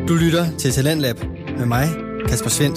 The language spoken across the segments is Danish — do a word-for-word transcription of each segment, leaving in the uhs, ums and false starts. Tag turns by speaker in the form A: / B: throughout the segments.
A: Du lytter til Talentlab med mig, Kasper Svendt.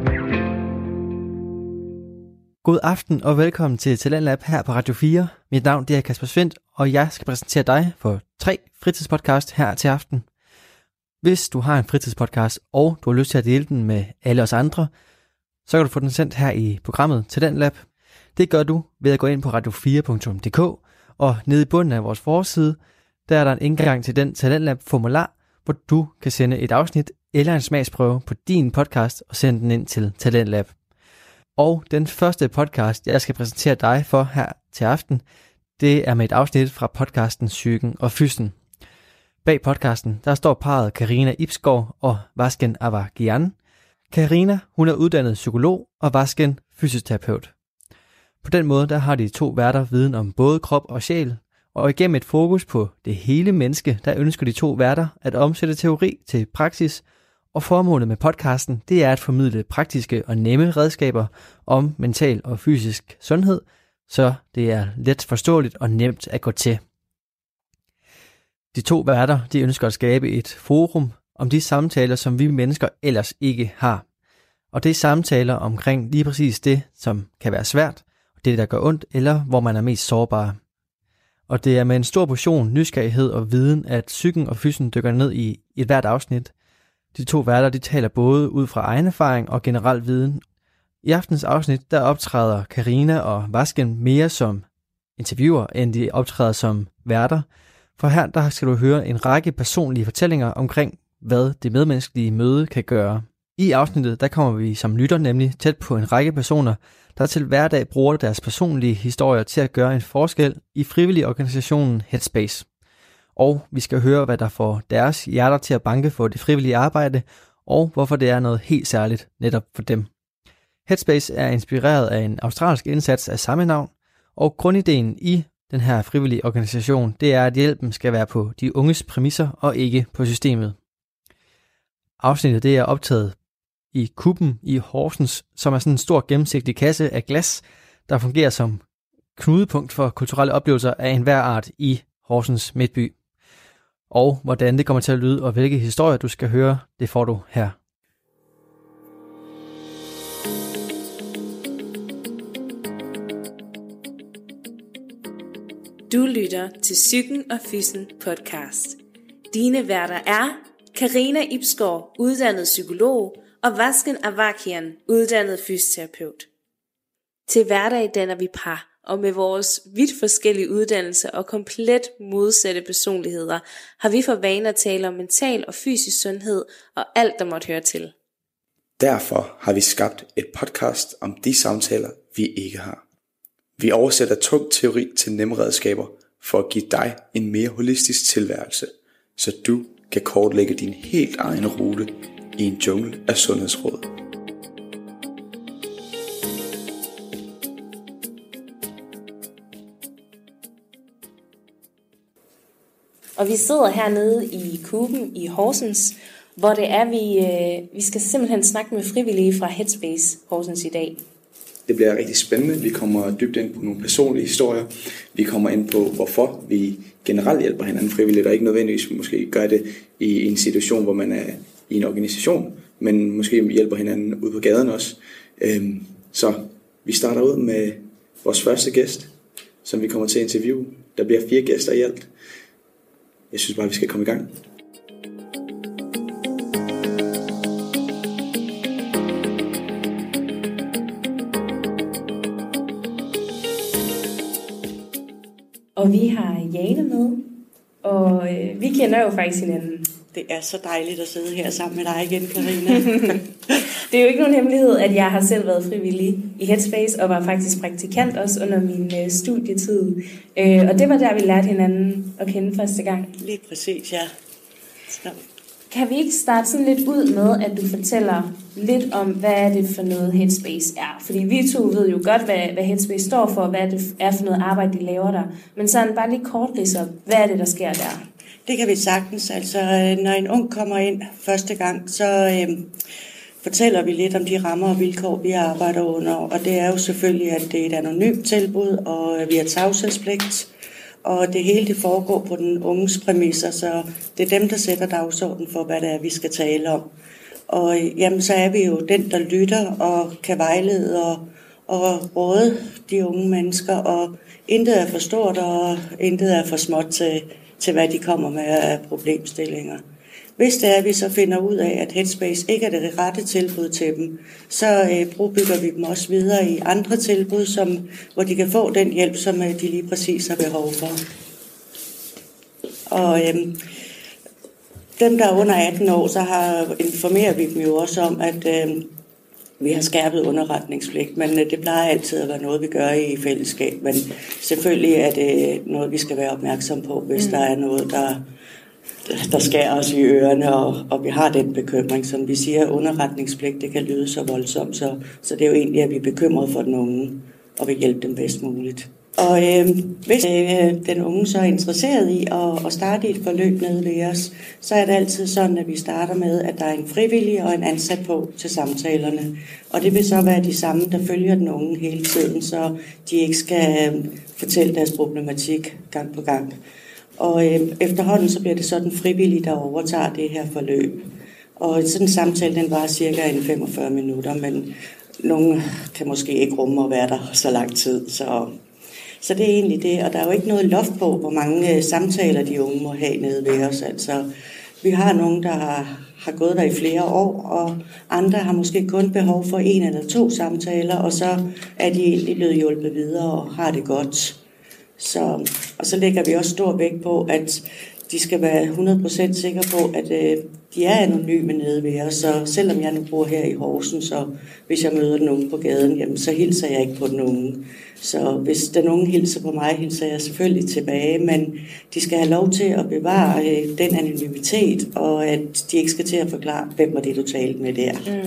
A: God aften og velkommen til Talentlab her på Radio fire. Mit navn det er Kasper Svendt, og jeg skal præsentere dig for tre fritidspodcast her til aften. Hvis du har en fritidspodcast, og du har lyst til at dele den med alle os andre, så kan du få den sendt her i programmet Talentlab. Det gør du ved at gå ind på radio fire punktum d k, og nede i bunden af vores forside, der er der en indgang til den Talentlab-formular, hvor du kan sende et afsnit eller en smagsprøve på din podcast og sende den ind til Talentlab. Og den første podcast, jeg skal præsentere dig for her til aften, det er med et afsnit fra podcasten Psyken og Fysen. Bag podcasten, der står parret Karina Ibsgaard og Vasgen Avakian. Karina, hun er uddannet psykolog, og Vasgen fysioterapeut. På den måde, der har de to værter viden om både krop og sjæl, og igennem et fokus på det hele menneske, der ønsker de to værter at omsætte teori til praksis, og formålet med podcasten, det er at formidle praktiske og nemme redskaber om mental og fysisk sundhed, så det er let forståeligt og nemt at gå til. De to værter, de ønsker at skabe et forum om de samtaler, som vi mennesker ellers ikke har. Og det er samtaler omkring lige præcis det, som kan være svært, det der gør ondt, eller hvor man er mest sårbar. Og det er med en stor portion nysgerrighed og viden, at Psyken og Fysen dykker ned i et hvert afsnit. De to værter, de taler både ud fra egen erfaring og generel viden. I aftens afsnit, der optræder Karina og Vasgen mere som interviewer, end de optræder som værter. For her, der skal du høre en række personlige fortællinger omkring, hvad det medmenneskelige møde kan gøre. I afsnittet, der kommer vi som lytter nemlig tæt på en række personer, der til hverdag bruger deres personlige historier til at gøre en forskel i frivillig organisationen Headspace. Og vi skal høre, hvad der får deres hjerter til at banke for det frivillige arbejde, og hvorfor det er noget helt særligt netop for dem. Headspace er inspireret af en australsk indsats af samme navn, og grundideen i den her frivillige organisation, det er, at hjælpen skal være på de unges præmisser og ikke på systemet. Afsnittet det er optaget i Kuben i Horsens, som er sådan en stor gennemsigtig kasse af glas, der fungerer som knudepunkt for kulturelle oplevelser af enhver art i Horsens midtby. Og hvordan det kommer til at lyde, og hvilke historier du skal høre, det får du her.
B: Du lytter til Psyken og Fysen podcast. Dine værter er Karina Ibsgaard, uddannet psykolog, og Vasgen Avakian, uddannet fysioterapeut. Til hverdag danner vi par, og med vores vidt forskellige uddannelser og komplet modsatte personligheder, har vi for vane at tale om mental og fysisk sundhed og alt, der måtte høre til.
C: Derfor har vi skabt et podcast om de samtaler, vi ikke har. Vi oversætter tung teori til nemme redskaber for at give dig en mere holistisk tilværelse, så du kan kortlægge din helt egen rute i en jungle af sundhedsråd.
B: Og vi sidder hernede i Kuben i Horsens, hvor det er, vi, øh, vi skal simpelthen snakke med frivillige fra Headspace Horsens i dag.
C: Det bliver rigtig spændende. Vi kommer dybt ind på nogle personlige historier. Vi kommer ind på, hvorfor vi generelt hjælper hinanden frivilligt, og ikke nødvendigvis måske gør det i en situation, hvor man er i en organisation, men måske hjælper hinanden ude på gaden også. Øhm, så vi starter ud med vores første gæst, som vi kommer til at interviewe. Der bliver fire gæster i alt. Jeg synes bare, vi skal komme i gang.
B: Og vi har Jane med, og øh, vi kender jo faktisk hinanden.
D: Det er så dejligt at sidde her sammen med dig igen, Karina.
B: Det er jo ikke nogen hemmelighed, at jeg har selv været frivillig i Headspace, og var faktisk praktikant også under min øh, studietid. Øh, og det var der, vi lærte hinanden at kende første gang.
D: Lige præcis, ja. Så.
B: Kan vi ikke starte sådan lidt ud med, at du fortæller lidt om, hvad er det for noget Headspace er? Fordi vi to ved jo godt, hvad, hvad Headspace står for, og hvad det er for noget arbejde, de laver der. Men sådan bare lige kort ridser, hvad er det, der sker der?
D: Det kan vi sagtens. Altså, når en ung kommer ind første gang, så øhm, fortæller vi lidt om de rammer og vilkår, vi arbejder under. Og det er jo selvfølgelig, at det er et anonymt tilbud, og vi har tavshedspligt. Og det hele det foregår på den unges præmisser, så det er dem, der sætter dagsordenen for, hvad det er, vi skal tale om. Og jamen, så er vi jo den, der lytter og kan vejlede og, og råde de unge mennesker, og intet er for stort, og intet er for småt til, til hvad de kommer med af problemstillinger. Hvis det er, at vi så finder ud af, at Headspace ikke er det rette tilbud til dem, så øh, brobygger vi dem også videre i andre tilbud, som, hvor de kan få den hjælp, som øh, de lige præcis har behov for. Og øh, dem, der er under atten år, så har, informerer vi dem jo også om, at øh, vi har skærpet underretningspligt, men øh, det plejer altid at være noget, vi gør i fællesskab. Men selvfølgelig er det noget, vi skal være opmærksom på, hvis mm. der er noget, der... der skærer os i ørerne, og, og vi har den bekymring, som vi siger, underretningspligt, det kan lyde så voldsomt, så, så det er jo egentlig, at vi er bekymrede for den unge, og vil hjælpe dem bedst muligt. Og øh, hvis øh, den unge så er interesseret i at, at starte et forløb nede ved os, så er det altid sådan, at vi starter med, at der er en frivillig og en ansat på til samtalerne. Og det vil så være de samme, der følger den unge hele tiden, så de ikke skal øh, fortælle deres problematik gang på gang. Og øh, efterhånden så bliver det sådan frivilligt, der overtager det her forløb. Og sådan en samtale, den varer cirka en femogfyrre minutter, men nogen kan måske ikke rumme at være der så lang tid. Så, så det er egentlig det, og der er jo ikke noget loft på, hvor mange øh, samtaler de unge må have nede ved os. Altså, vi har nogen, der har, har gået der i flere år, og andre har måske kun behov for en eller to samtaler, og så er de egentlig blevet hjulpet videre og har det godt. Så, og så lægger vi også stor vægt på, at de skal være hundrede procent sikre på, at øh, de er anonyme nede ved os. Så selvom jeg nu bor her i Horsens, så hvis jeg møder den unge på gaden, jamen, så hilser jeg ikke på den unge. Så hvis den unge hilser på mig, hilser jeg selvfølgelig tilbage, men de skal have lov til at bevare øh, den anonymitet, og at de ikke skal til at forklare, hvem var det, du talte med der. Mm.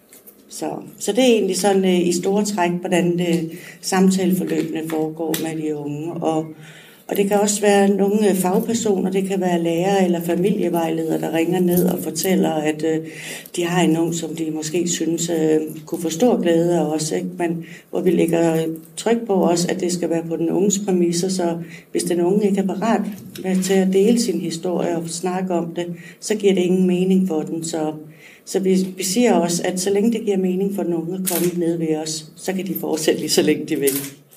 D: Så, så det er egentlig sådan øh, i store træk, hvordan det, samtaleforløbene foregår med de unge. Og, og det kan også være nogle fagpersoner, det kan være lærere eller familievejledere, der ringer ned og fortæller, at øh, de har en ung, som de måske synes øh, kunne få stor glæde af os. Ikke? Men hvor vi lægger tryk på os, at det skal være på den unges præmisser, så hvis den unge ikke er parat til at dele sin historie og snakke om det, så giver det ingen mening for den. Så Så vi, vi siger også, at så længe det giver mening for den unge at komme ned ved os, så kan de fortsætte lige så længe de vil.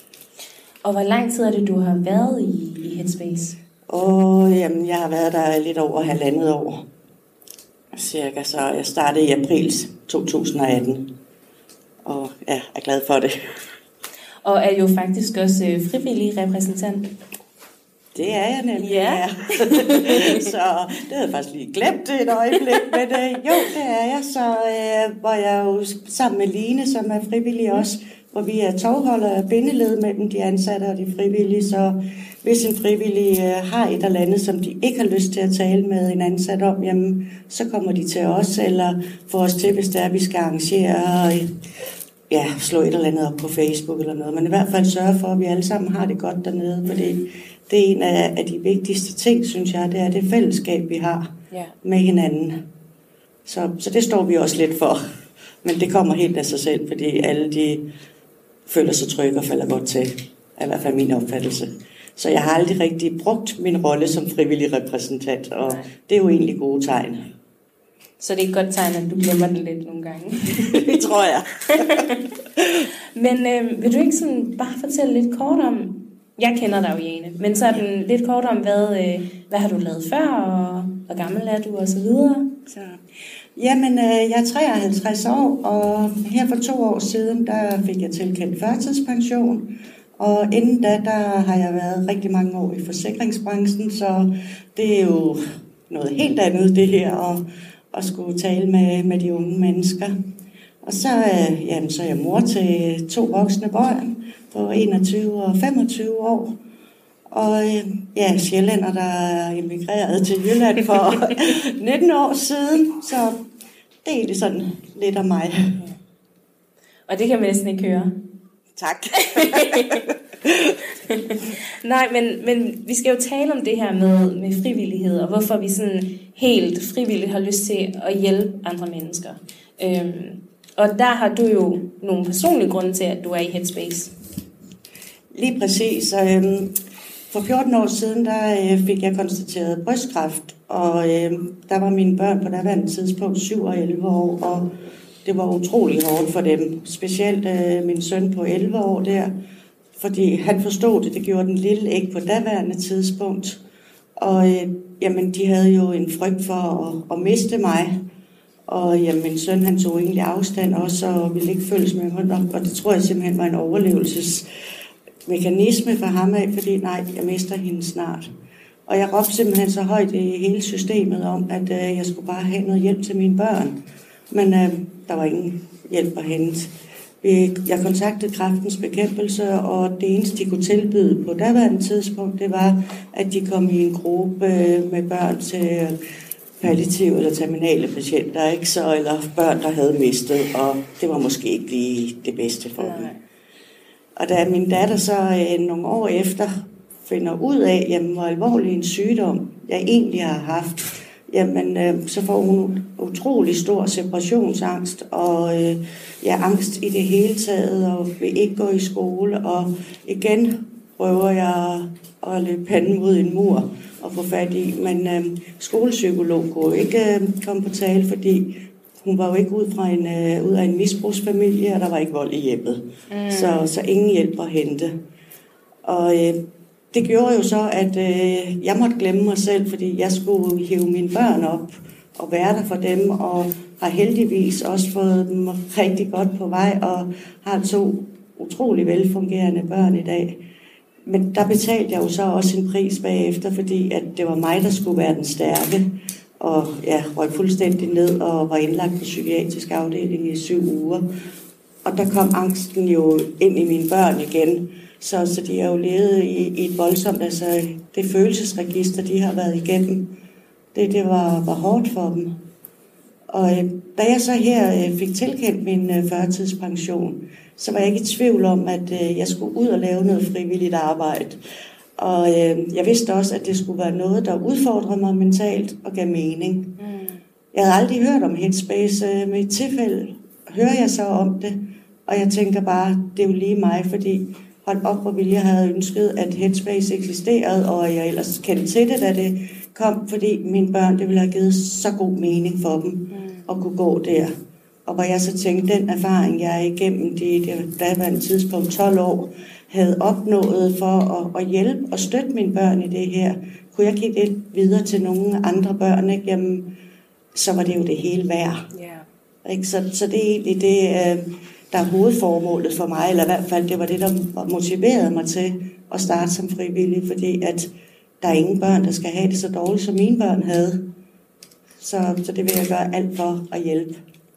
B: Og hvor lang tid er det, du har været i, i Headspace?
D: Og, jamen, jeg har været der lidt over halvandet år. Cirka, så jeg startede i april to tusind og atten. Og ja, er glad for det.
B: Og er jo faktisk også frivillig repræsentant.
D: Det er jeg nemlig,
B: ja.
D: ja. Så det havde jeg faktisk lige glemt et øjeblik, men øh, jo, det er jeg. Så øh, hvor jeg jo sammen med Line, som er frivillig også, hvor vi er tovholder af bindeled mellem de ansatte og de frivillige, så hvis en frivillig øh, har et eller andet, som de ikke har lyst til at tale med en ansat om, jamen, så kommer de til os, eller får os til, hvis det er, vi skal arrangere, øh, ja, slå et eller andet op på Facebook eller noget, men i hvert fald sørge for, at vi alle sammen har det godt dernede, fordi det er en af de vigtigste ting, synes jeg, det er det fællesskab, vi har ja. med hinanden. Så, så det står vi også lidt for. Men det kommer helt af sig selv, fordi alle de føler sig trygge og falder godt til. Er i hvert fald min opfattelse. Så jeg har aldrig rigtig brugt min rolle som frivillig repræsentant, og Nej. det er jo egentlig gode tegn.
B: Så det er et godt tegn, at du glemmer det lidt nogle gange.
D: Det tror jeg.
B: Men øh, vil du ikke sådan bare fortælle lidt kort om, jeg kender dig jo, Jane, men sådan lidt kort om, hvad, øh, hvad har du lavet før, og hvor gammel er du, og så videre?
D: Så, jamen, øh, jeg er treoghalvtreds år, og her for to år siden, der fik jeg tilkendt førtidspension, og inden da, der har jeg været rigtig mange år i forsikringsbranchen, så det er jo noget helt andet, det her, at, at skulle tale med, med de unge mennesker. Og så, øh, jamen, så er jeg mor til to voksne børn på enogtyve og femogtyve år. Og øh, ja, sjællænder, der er emigreret til Jylland for nitten år siden. Så det er egentlig sådan lidt af mig.
B: Og det kan man næsten ikke høre.
D: Tak.
B: Nej, men, men vi skal jo tale om det her med, med frivillighed, og hvorfor vi sådan helt frivilligt har lyst til at hjælpe andre mennesker. Øhm, og der har du jo nogle personlige grunde til, at du er i Headspace.
D: Lige præcis. Øhm, For fjorten år siden, der øh, fik jeg konstateret brystkræft, og øh, der var mine børn på daværende tidspunkt syv og elleve år, og det var utrolig hårdt for dem. Specielt øh, min søn på elleve år der, fordi han forstod det, det gjorde den lille ikke på daværende tidspunkt. Og øh, jamen, de havde jo en frygt for at, at miste mig, og jamen, min søn han tog egentlig afstand også, og ville ikke følges med mig, og det tror jeg simpelthen var en overlevelsesmekanisme for ham af, fordi nej, jeg mister hende snart. Og jeg råbte simpelthen så højt i hele systemet om, at øh, jeg skulle bare have noget hjælp til mine børn. Men øh, der var ingen hjælp at hente. Jeg kontaktede Kræftens Bekæmpelse, og det eneste, de kunne tilbyde på daværende tidspunkt, det var, at de kom i en gruppe med børn til palliative eller terminale patienter, ikke? Så, eller børn, der havde mistet, og det var måske ikke lige det bedste for dem. Og da min datter så øh, nogle år efter finder ud af, jamen, hvor alvorlig en sygdom jeg egentlig har haft, jamen, øh, så får hun utrolig stor separationsangst, og øh, ja, angst i det hele taget, og vil ikke gå i skole, og igen prøver jeg at løbe panden mod en mur og få fat i, men øh, skolepsykolog kunne ikke øh, komme på tale, fordi hun var jo ikke ud, fra en, øh, ud af en misbrugsfamilie, og der var ikke vold i hjemmet, mm. så, så ingen hjælp at hente. Og øh, det gjorde jo så, at øh, jeg måtte glemme mig selv, fordi jeg skulle hive mine børn op og være der for dem, og har heldigvis også fået dem rigtig godt på vej, og har to utrolig velfungerende børn i dag. Men der betalte jeg jo så også en pris bagefter, fordi at det var mig, der skulle være den stærke, og jeg røg fuldstændig ned og var indlagt på psykiatrisk afdeling i syv uger. Og der kom angsten jo ind i mine børn igen. Så, så de har jo levet i, i et voldsomt, altså det følelsesregister, de har været igennem, det, det var, var hårdt for dem. Og øh, da jeg så her øh, fik tilkendt min øh, førtidspension, så var jeg ikke i tvivl om, at øh, jeg skulle ud og lave noget frivilligt arbejde. Og øh, jeg vidste også, at det skulle være noget, der udfordrede mig mentalt og gav mening. Mm. Jeg havde aldrig hørt om Headspace, øh, men i tilfælde hører jeg så om det, og jeg tænker bare, det er jo lige mig, fordi hold op, hvor ville jeg have ønsket, at Headspace eksisterede, og jeg ellers kendte til det, da det kom, fordi mine børn, det ville have givet så god mening for dem mm. at kunne gå der. Og hvor jeg så tænkte, den erfaring, jeg er igennem de, de daværende tidspunkt tolv år, havde opnået for at, at hjælpe og støtte mine børn i det her, kunne jeg kigge det videre til nogle andre børn, ikke? Jamen, så var det jo det hele værd. Yeah. Ikke? Så, så det er egentlig det, der er hovedformålet for mig, eller i hvert fald det var det, der motiverede mig til at starte som frivillig, fordi at der er ingen børn, der skal have det så dårligt, som mine børn havde. Så, så det vil jeg gøre alt for at hjælpe.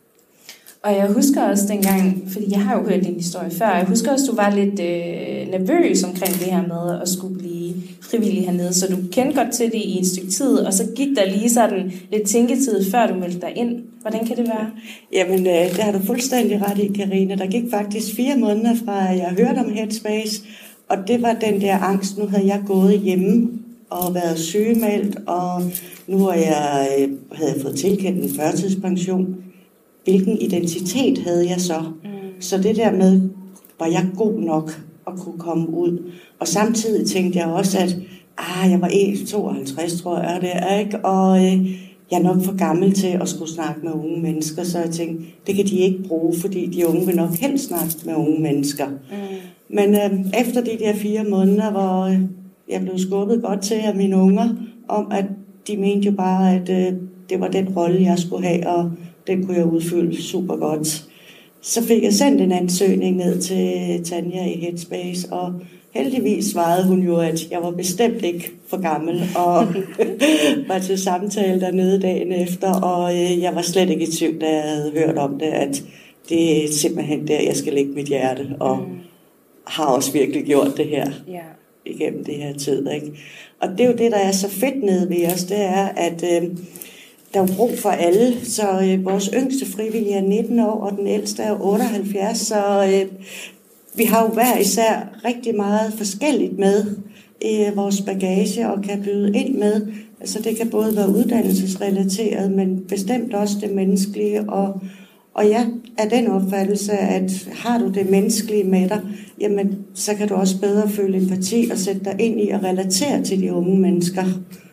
E: Og jeg husker også dengang, fordi jeg har jo hørt din historie før, jeg husker også, du var lidt øh, nervøs omkring det her med at skulle blive frivillig hernede, så du kendte godt til det i et stykke tid, og så gik der lige sådan lidt tænketid, før du meldte dig ind. Hvordan kan det være?
D: Jamen, øh, det har du fuldstændig ret i, Karina. Der gik faktisk fire måneder fra, at jeg hørte om Headspace, og det var den der angst. Nu havde jeg gået hjemme og været sygemeldt, og nu har jeg, øh, havde jeg fået tilkendt en førtidspension. Hvilken identitet havde jeg så? Mm. Så det der med, var jeg god nok at kunne komme ud? Og samtidig tænkte jeg også, at ah, jeg var tooghalvtreds, tror jeg, det er ikke, og øh, jeg er nok for gammel til at skulle snakke med unge mennesker, så jeg tænkte, det kan de ikke bruge, fordi de unge vil nok helst snakke med unge mennesker. Mm. Men øh, efter de der fire måneder, hvor øh, jeg blev skubbet godt til af mine unger, om at de mente jo bare, at øh, det var den rolle, jeg skulle have, og den kunne jeg udfylde super godt. Så fik jeg sendt en ansøgning ned til Tanja i Headspace, og heldigvis svarede hun jo, at jeg var bestemt ikke for gammel, og var til samtale dernede dagen efter, og jeg var slet ikke i tvivl, da jeg havde hørt om det, at det er simpelthen der, jeg skal lægge mit hjerte, og mm. har også virkelig gjort det her yeah. igennem det her tid. Ikke? Og det er jo det, der er så fedt nede ved os, det er, at øh, der er jo brug for alle, så øh, vores yngste frivillige er nitten år, og den ældste er otteoghalvfjerds, så øh, vi har jo hver især rigtig meget forskelligt med i øh, vores bagage, og kan byde ind med. Altså det kan både være uddannelsesrelateret, men bestemt også det menneskelige, og, Og jeg er den opfattelse, at har du det menneskelige med dig, jamen, så kan du også bedre føle empati og sætte dig ind i og relatere til de unge mennesker.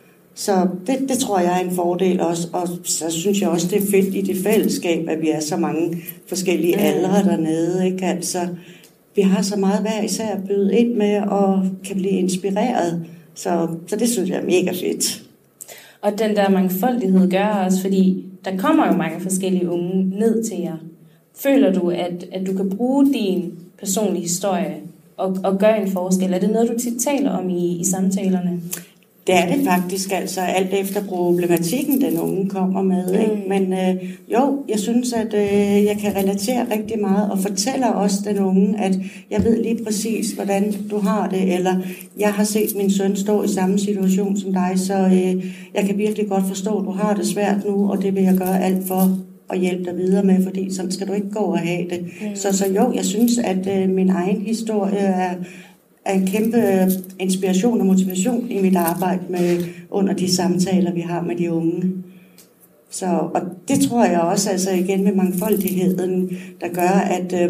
D: Så det, det tror jeg er en fordel også, og så synes jeg også, det er fedt i det fællesskab, at vi er så mange forskellige aldre dernede, ikke? Altså, vi har så meget hver især at byde ind med og kan blive inspireret, så, så det synes jeg er mega fedt.
E: Og den der mangfoldighed gør også, fordi der kommer jo mange forskellige unge ned til jer. Føler du, at, at du kan bruge din personlige historie og, og gøre en forskel? Er det noget, du tit taler om i, i samtalerne?
D: Det er det faktisk, altså alt efter problematikken, den unge kommer med. Mm. Ikke? Men øh, jo, jeg synes, at øh, jeg kan relatere rigtig meget og fortæller også den unge, at jeg ved lige præcis, hvordan du har det, eller jeg har set min søn stå i samme situation som dig, så øh, jeg kan virkelig godt forstå, at du har det svært nu, og det vil jeg gøre alt for at hjælpe dig videre med, fordi sådan skal du ikke gå og have det. Mm. Så, så jo, jeg synes, at øh, min egen historie er er en kæmpe inspiration og motivation i mit arbejde med, under de samtaler, vi har med de unge. Så, og det tror jeg også, altså igen med mangfoldigheden, der gør, at øh,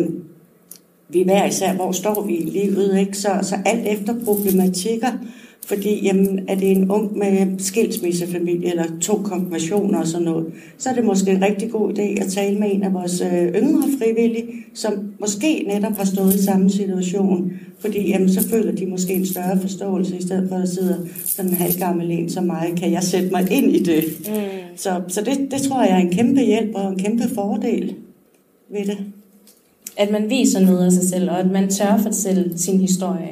D: vi hver især, hvor står vi i livet, ikke? Så, så alt efter problematikker, fordi jamen, er det en ung med skilsmissefamilie eller to konfirmationer og sådan noget, så er det måske en rigtig god idé at tale med en af vores øh, yngre frivillige, som måske netop har stået i samme situation, fordi jamen, så føler de måske en større forståelse, i stedet for at der sidder sådan en halvgammel en som mig, kan jeg sætte mig ind i det. Mm. Så, så det, det tror jeg er en kæmpe hjælp og en kæmpe fordel ved det.
E: At man viser noget af sig selv, og at man tør fortælle sin historie.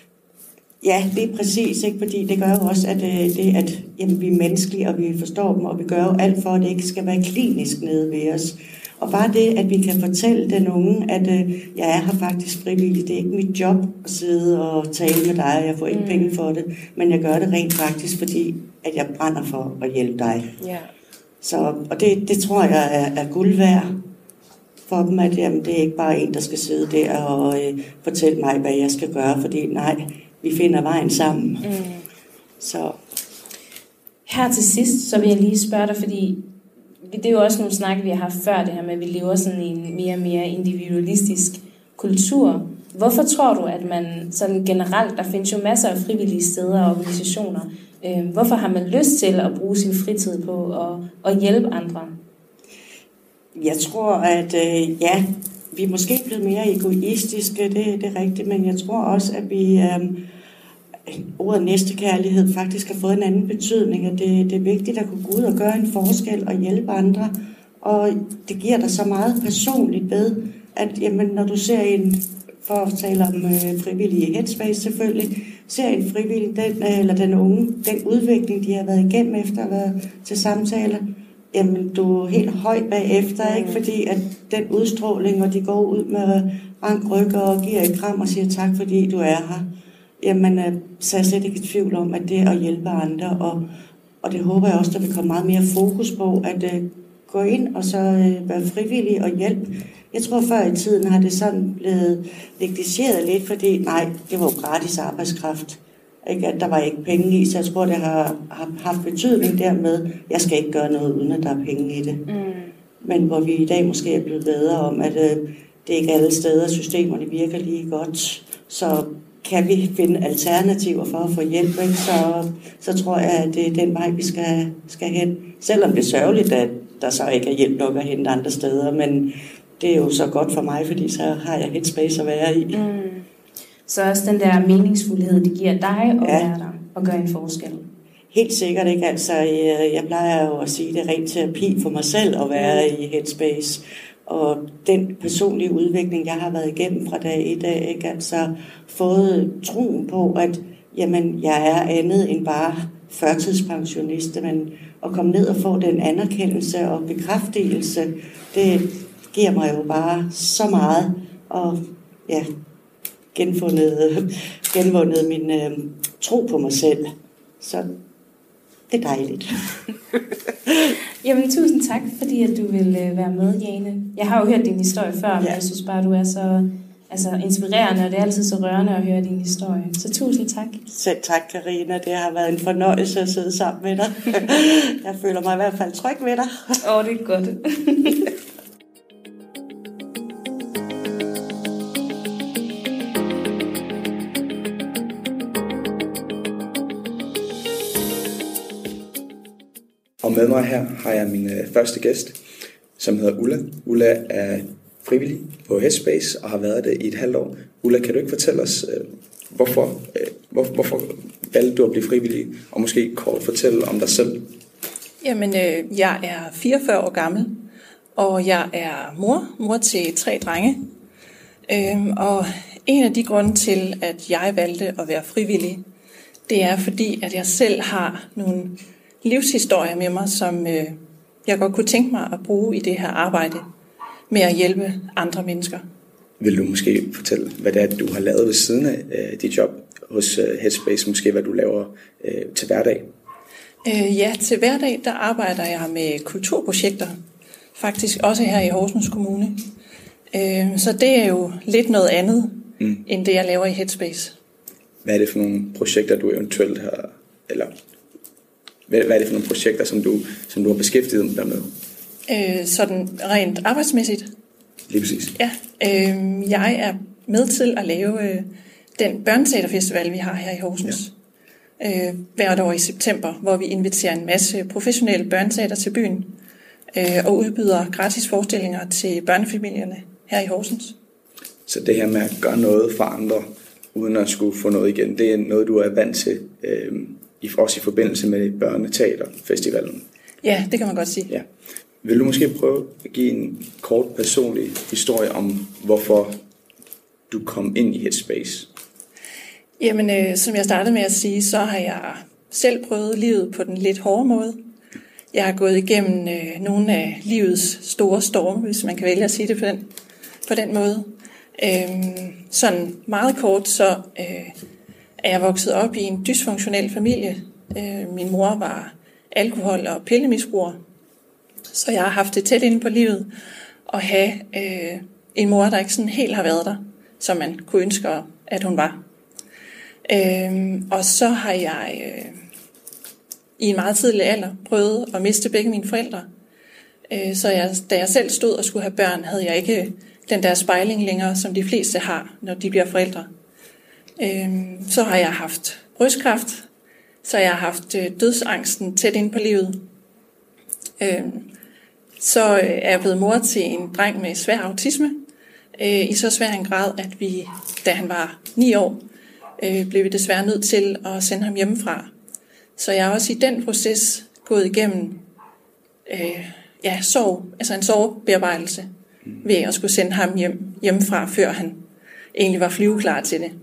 D: Ja, det er præcis, ikke? Fordi det gør jo også, at, øh, det, at jamen, vi er menneskelige, og vi forstår dem, og vi gør jo alt for, at det ikke skal være klinisk nede ved os. Og bare det, at vi kan fortælle den unge, at øh, jeg er her faktisk frivillig, det er ikke mit job at sidde og tale med dig, jeg får ikke mm. penge for det, men jeg gør det rent faktisk, fordi at jeg brænder for at hjælpe dig. Yeah. Så, og det, det tror jeg er, er guld værd for dem, at jamen, det er ikke bare en, der skal sidde der og øh, fortælle mig, hvad jeg skal gøre, fordi nej, vi finder vejen sammen. Mm. Så.
E: Her til sidst, så vil jeg lige spørge dig, fordi det er jo også nogle snakke, vi har haft før det her med, at vi lever sådan i en mere og mere individualistisk kultur. Hvorfor tror du, at man sådan generelt, der findes jo masser af frivillige steder og organisationer, øh, hvorfor har man lyst til at bruge sin fritid på at, at hjælpe andre?
D: Jeg tror, at øh, ja, vi er måske blevet mere egoistiske, det, det er rigtigt, men jeg tror også, at vi øh, ordet næstekærlighed faktisk har fået en anden betydning, at det, det er vigtigt at kunne gå ud og gøre en forskel og hjælpe andre, og det giver dig så meget personligt ved, at jamen, når du ser en, for at tale om øh, frivillige Headspace selvfølgelig, ser en frivillig, den, eller den unge, den udvikling, de har været igennem efter at have været til samtaler, jamen du er helt højt bagefter, ikke? Fordi at den udstråling, og de går ud med rank ryg og giver et kram og siger tak, fordi du er her, jamen så er jeg slet ikke i tvivl om, at det er at hjælpe andre, og, og det håber jeg også, der vil komme meget mere fokus på, at uh, gå ind og så uh, være frivillig og hjælpe. Jeg tror, før i tiden har det sådan blevet negligeret lidt, fordi nej, det var jo gratis arbejdskraft. Ikke? At der var ikke penge i, så jeg tror, det har, har haft betydning dermed, jeg skal ikke gøre noget, uden at der er penge i det. Mm. Men hvor vi i dag måske er blevet bedre om, at uh, det er ikke alle steder, systemerne virker lige godt, så kan vi finde alternativer for at få hjælp, ikke? Så, så tror jeg, at det er den vej, vi skal, skal hen. Selvom det er sørgeligt, at der så ikke er hjælp nok at hente andre steder, men det er jo så godt for mig, fordi så har jeg Headspace at være i. Mm.
E: Så også den der meningsfuldhed, det giver dig at ja. være der og gøre en forskel.
D: Helt sikkert ikke. Altså, jeg, jeg plejer jo at sige, det er rent terapi for mig selv at være mm. i Headspace. Og den personlige udvikling, jeg har været igennem fra dag i dag, ikke? Altså fået troen på, at jamen, jeg er andet end bare førtidspensionist, men at komme ned og få den anerkendelse og bekræftelse, det giver mig jo bare så meget, og ja, genfundet, genvundet min øh, tro på mig selv. Så det er dejligt.
E: Jamen, tusind tak, fordi at du vil være med, Jane. Jeg har jo hørt din historie før, ja. Men jeg synes bare, du er så altså, inspirerende, og det er altid så rørende at høre din historie. Så tusind tak.
D: Selv tak, Karina. Det har været en fornøjelse at sidde sammen med dig. Jeg føler mig i hvert fald tryg ved dig.
E: Åh, oh, det er godt.
C: Med mig her har jeg min øh, første gæst, som hedder Ulla. Ulla er frivillig på Headspace og har været det i et halvt år. Ulla, kan du ikke fortælle os, øh, hvorfor, øh, hvor, hvorfor valgte du at blive frivillig, og måske kort fortælle om dig selv?
F: Jamen, øh, jeg er fireogfyrre år gammel, og jeg er mor, mor til tre drenge. Øhm, og en af de grunde til, at jeg valgte at være frivillig, det er fordi, at jeg selv har nogle livshistorier med mig, som øh, jeg godt kunne tænke mig at bruge i det her arbejde med at hjælpe andre mennesker.
C: Vil du måske fortælle, hvad det er, du har lavet ved siden af øh, dit job hos øh, Headspace, måske hvad du laver øh, til hverdag?
F: Øh, ja, til hverdag der arbejder jeg med kulturprojekter, faktisk også her i Horsens Kommune. Øh, så det er jo lidt noget andet, mm. end det jeg laver i Headspace.
C: Hvad er det for nogle projekter, du eventuelt har, eller hvad er det for nogle projekter, som du, som du har beskæftiget dig med?
F: Øh, sådan rent arbejdsmæssigt?
C: Lige præcis.
F: Ja, øh, jeg er med til at lave øh, den børneteaterfestival, vi har her i Horsens. Ja. Øh, hvert år i september, hvor vi inviterer en masse professionelle børneteater til byen øh, og udbyder gratis forestillinger til børnefamilierne her i Horsens.
C: Så det her med at gøre noget for andre, uden at skulle få noget igen, det er noget, du er vant til, øh, også i forbindelse med børneteaterfestivalen?
F: Ja, det kan man godt sige.
C: Ja. Vil du måske prøve at give en kort personlig historie om, hvorfor du kom ind i Headspace?
F: Jamen, øh, som jeg startede med at sige, så har jeg selv prøvet livet på den lidt hårde måde. Jeg har gået igennem øh, nogle af livets store storme, hvis man kan vælge at sige det på den, på den måde. Øhm, sådan meget kort, så øh, er jeg vokset op i en dysfunktionel familie. Øh, min mor var alkohol- og pillemisbruger, så jeg har haft det tæt inde på livet at have øh, en mor, der ikke sådan helt har været der, som man kunne ønske, at hun var. Øh, og så har jeg øh, i en meget tidlig alder prøvet at miste begge mine forældre. Øh, så jeg, da jeg selv stod og skulle have børn, havde jeg ikke den der spejling længere, som de fleste har, når de bliver forældre. Øhm, så har jeg haft brystkræft, så jeg har haft øh, dødsangsten tæt ind på livet. Øhm, så øh, er jeg blevet mor til en dreng med svær autisme, øh, i så svær en grad, at vi, da han var ni år, øh, blev vi desværre nødt til at sende ham hjemmefra. Så jeg har også i den proces gået igennem øh, ja, sorg, altså en sorgbearbejdelse, ved at skulle sende ham hjem, hjemmefra, før han egentlig var flyveklar til det.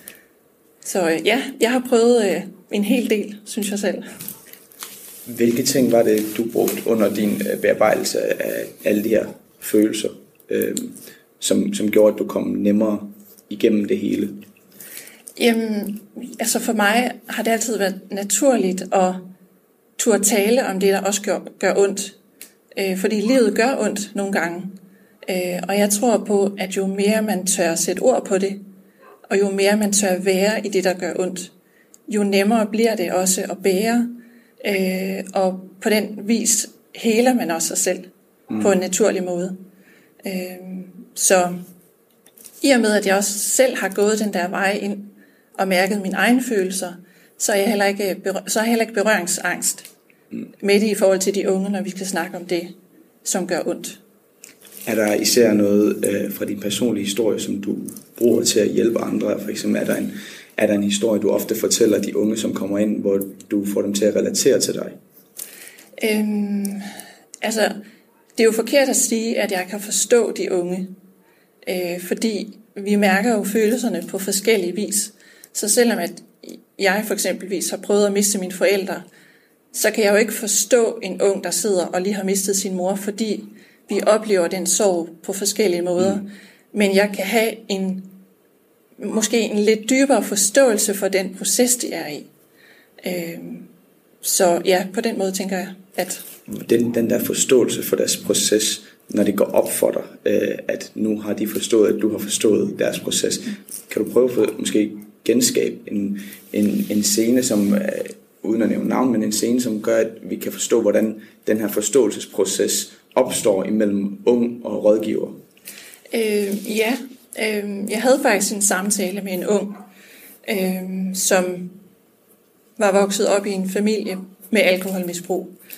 F: Så øh, ja, jeg har prøvet øh, en hel del, synes jeg selv.
C: Hvilke ting var det, du brugte under din øh, bearbejdelse af alle de her følelser, øh, som, som gjorde, at du kom nemmere igennem det hele?
F: Jamen, altså for mig har det altid været naturligt at turde tale om det, der også gør, gør ondt. Øh, fordi livet gør ondt nogle gange. Øh, og jeg tror på, at jo mere man tør sætte ord på det, og jo mere man tør være i det, der gør ondt, jo nemmere bliver det også at bære. Øh, og på den vis heler man også sig selv mm. på en naturlig måde. Øh, så i og med, at jeg også selv har gået den der vej ind og mærket mine egne følelser, så er jeg heller ikke, så er jeg heller ikke berøringsangst mm. med det i forhold til de unge, når vi skal snakke om det, som gør ondt.
C: Er der især noget øh, fra din personlige historie, som du bruger til at hjælpe andre? For eksempel er der en, er der en historie, du ofte fortæller de unge, som kommer ind, hvor du får dem til at relatere til dig?
F: Øhm, altså, det er jo forkert at sige, at jeg kan forstå de unge. Øh, fordi vi mærker jo følelserne på forskellige vis. Så selvom at jeg for eksempelvis har prøvet at miste mine forældre, så kan jeg jo ikke forstå en ung, der sidder og lige har mistet sin mor, fordi vi oplever den sorg på forskellige måder. Mm. Men jeg kan have en måske en lidt dybere forståelse for den proces, de er i. Øhm, så ja, på den måde tænker jeg, at...
C: Den, den der forståelse for deres proces, når det går op for dig, øh, at nu har de forstået, at du har forstået deres proces. Mm. Kan du prøve at måske genskabe en, en, en scene, som, øh, uden at nævne navn, men en scene, som gør, at vi kan forstå, hvordan den her forståelsesproces opstår imellem ung og rådgiver?
F: Øh, ja, øh, jeg havde faktisk en samtale med en ung, øh, som var vokset op i en familie med alkoholmisbrug.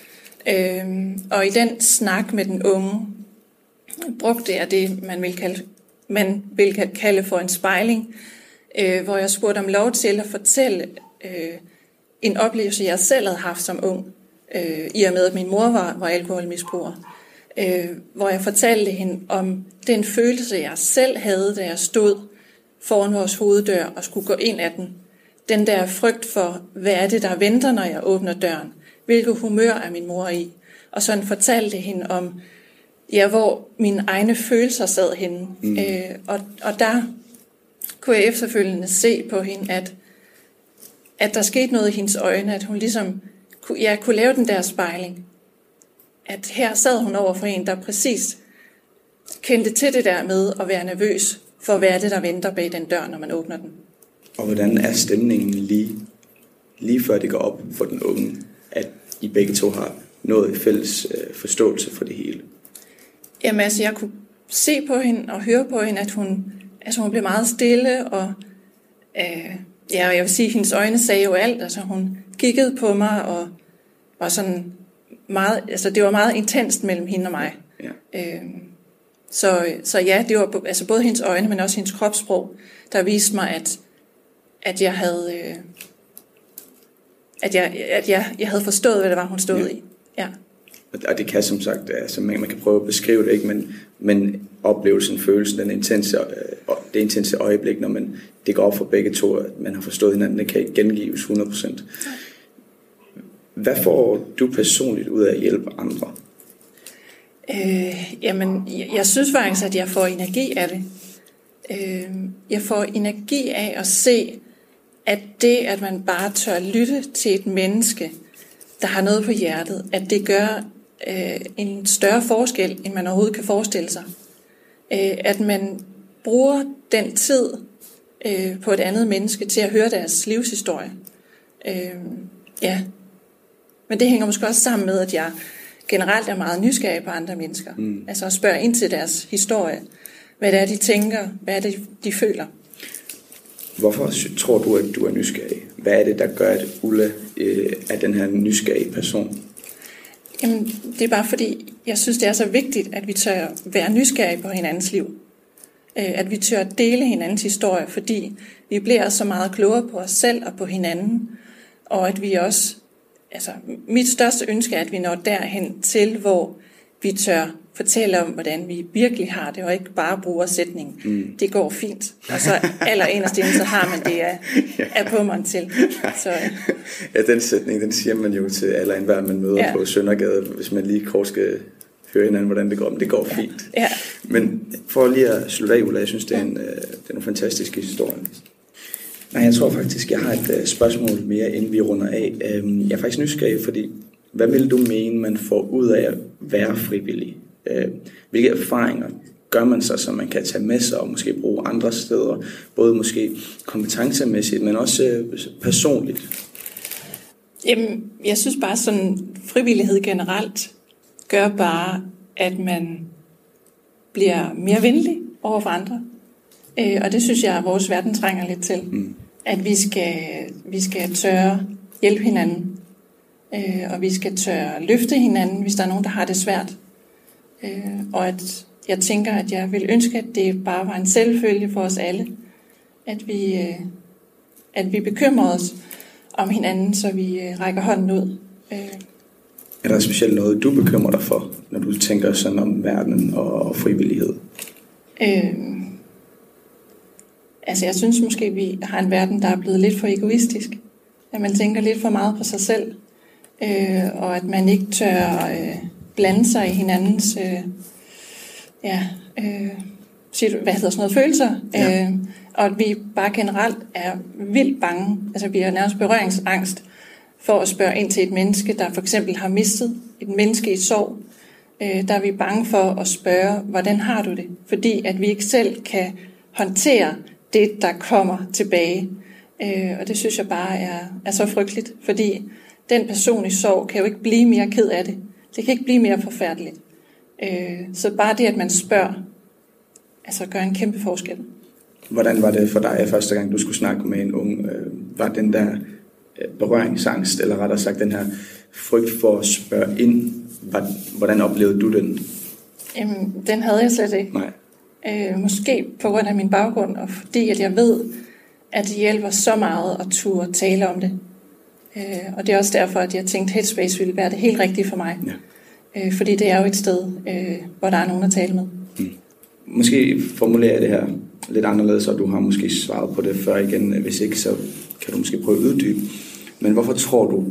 F: Øhm, og i den snak med den unge, brugte jeg det, man vil kalde, man vil kalde for en spejling, øh, hvor jeg spurgte om lov til at fortælle øh, en oplevelse, jeg selv havde haft som ung, øh, i og med, at min mor var, var alkoholmisbruger. Øh, hvor jeg fortalte hende om den følelse, jeg selv havde, da jeg stod foran vores hoveddør og skulle gå ind ad den. Den der frygt for, hvad er det, der venter, når jeg åbner døren? Hvilket humør er min mor i? Og sådan fortalte hende om, ja, hvor mine egne følelser sad henne. Mm. Øh, og, og der kunne jeg efterfølgende se på hende, at, at der skete noget i hendes øjne, at hun ligesom kunne, ja, kunne lave den der spejling. At her sad hun over for en, der præcis kendte til det der med at være nervøs for, hvad er det, der venter bag den dør, når man åbner den.
C: Og hvordan er stemningen lige, lige før det går op for den unge, at I begge to har noget fælles øh, forståelse for det hele?
F: Jamen altså, jeg kunne se på hende og høre på hende, at hun, altså, hun blev meget stille, og øh, ja, jeg vil sige, at hendes øjne sagde jo alt. Altså, hun kiggede på mig, og var sådan meget, altså, det var meget intenst mellem hende og mig. Ja. Øh, så, så ja, det var altså både hendes øjne, men også hendes kropssprog, der viste mig, at, at jeg havde... Øh, at jeg, at jeg, jeg havde forstået, hvad det var, hun stod ja. i. Ja.
C: Og det kan som sagt, altså man, man kan prøve at beskrive det, ikke? Men, men oplevelsen, følelsen, den intense, det intense øjeblik, når man, det går op for begge to, at man har forstået hinanden, det kan ikke gengives hundrede procent. Hvad får du personligt ud af at hjælpe andre?
F: Øh, jamen, jeg, jeg synes faktisk, at jeg får energi af det. Øh, jeg får energi af at se, at det, at man bare tør lytte til et menneske, der har noget på hjertet, at det gør øh, en større forskel, end man overhovedet kan forestille sig. Øh, at man bruger den tid øh, på et andet menneske til at høre deres livshistorie. Øh, ja. Men det hænger måske også sammen med, at jeg generelt er meget nysgerrig på andre mennesker. Mm. Altså at spørge ind til deres historie. Hvad det er, de tænker, hvad er det, de føler.
C: Hvorfor tror du, at du er nysgerrig? Hvad er det, der gør, at Ulla øh, er den her nysgerrige person?
F: Jamen, det er bare fordi, jeg synes, det er så vigtigt, at vi tør være nysgerrige på hinandens liv. Øh, at vi tør dele hinandens historie, fordi vi bliver så meget klogere på os selv og på hinanden. Og at vi også, altså mit største ønske er, at vi når derhen til, hvor vi tør fortælle om, hvordan vi virkelig har det, og ikke bare bruger sætningen. Mm. Det går fint. Og så allerinderst inden, så har man det af, af på mig til. Så,
C: ja, den sætning, den siger man jo til alle enhver, man møder ja. på Søndergade, hvis man lige kort skal høre hinanden, hvordan det går. Men det går fint. Ja. Men for lige at slutte af, Ulla, jeg synes, det er en, det er en fantastisk historie. Nej, jeg tror faktisk, jeg har et spørgsmål mere, inden vi runder af. Jeg er faktisk nysgerrig, fordi hvad vil du mene, man får ud af at være frivillig? Hvilke erfaringer gør man sig, som man kan tage med sig og måske bruge andre steder, både måske kompetencemæssigt, men også personligt?
F: Jamen, jeg synes bare sådan, frivillighed generelt gør bare, at man bliver mere venlig over for andre. Og det synes jeg, at vores verden trænger lidt til. Mm. At vi skal, vi skal tørre hjælpe hinanden. Og vi skal tørre løfte hinanden, hvis der er nogen, der har det svært. Og at jeg tænker, at jeg vil ønske, at det bare var en selvfølge for os alle, at vi, at vi bekymrer os om hinanden, så vi rækker hånden ud.
C: Er der specielt noget, du bekymrer dig for, når du tænker sådan om verden og frivillighed?
F: Øh, altså jeg synes måske, at vi har en verden, der er blevet lidt for egoistisk. At man tænker lidt for meget på sig selv, øh, og at man ikke tør øh, blande sig i hinandens øh, ja, øh, hvad hedder sådan noget, følelser. Ja. Øh, og at vi bare generelt er vildt bange, altså vi er nærmest berøringsangst for at spørge ind til et menneske, der for eksempel har mistet et menneske i sorg. Øh, der er vi bange for at spørge, hvordan har du det? Fordi at vi ikke selv kan håndtere det, der kommer tilbage. Øh, og det synes jeg bare er, er så frygteligt, fordi den person i sorg kan jo ikke blive mere ked af det. Det kan ikke blive mere forfærdeligt. Øh, så bare det, at man spørger, altså gør en kæmpe forskel.
C: Hvordan var det for dig første gang, du skulle snakke med en ung? Øh, var den der berøringsangst, eller rettere sagt den her frygt for at spørge ind. Hvordan oplevede du den?
F: Jamen, den havde jeg slet ikke.
C: Nej.
F: Øh, måske på grund af min baggrund, og fordi at jeg ved, at det hjælper så meget at turde tale om det. Øh, og det er også derfor, at jeg tænkte, Headspace ville være det helt rigtige for mig. Ja. Øh, fordi det er jo et sted, øh, hvor der er nogen at tale med.
C: Mm. Måske formulerer det her lidt anderledes, og du har måske svaret på det før igen. Hvis ikke, så kan du måske prøve at uddybe. Men hvorfor tror du,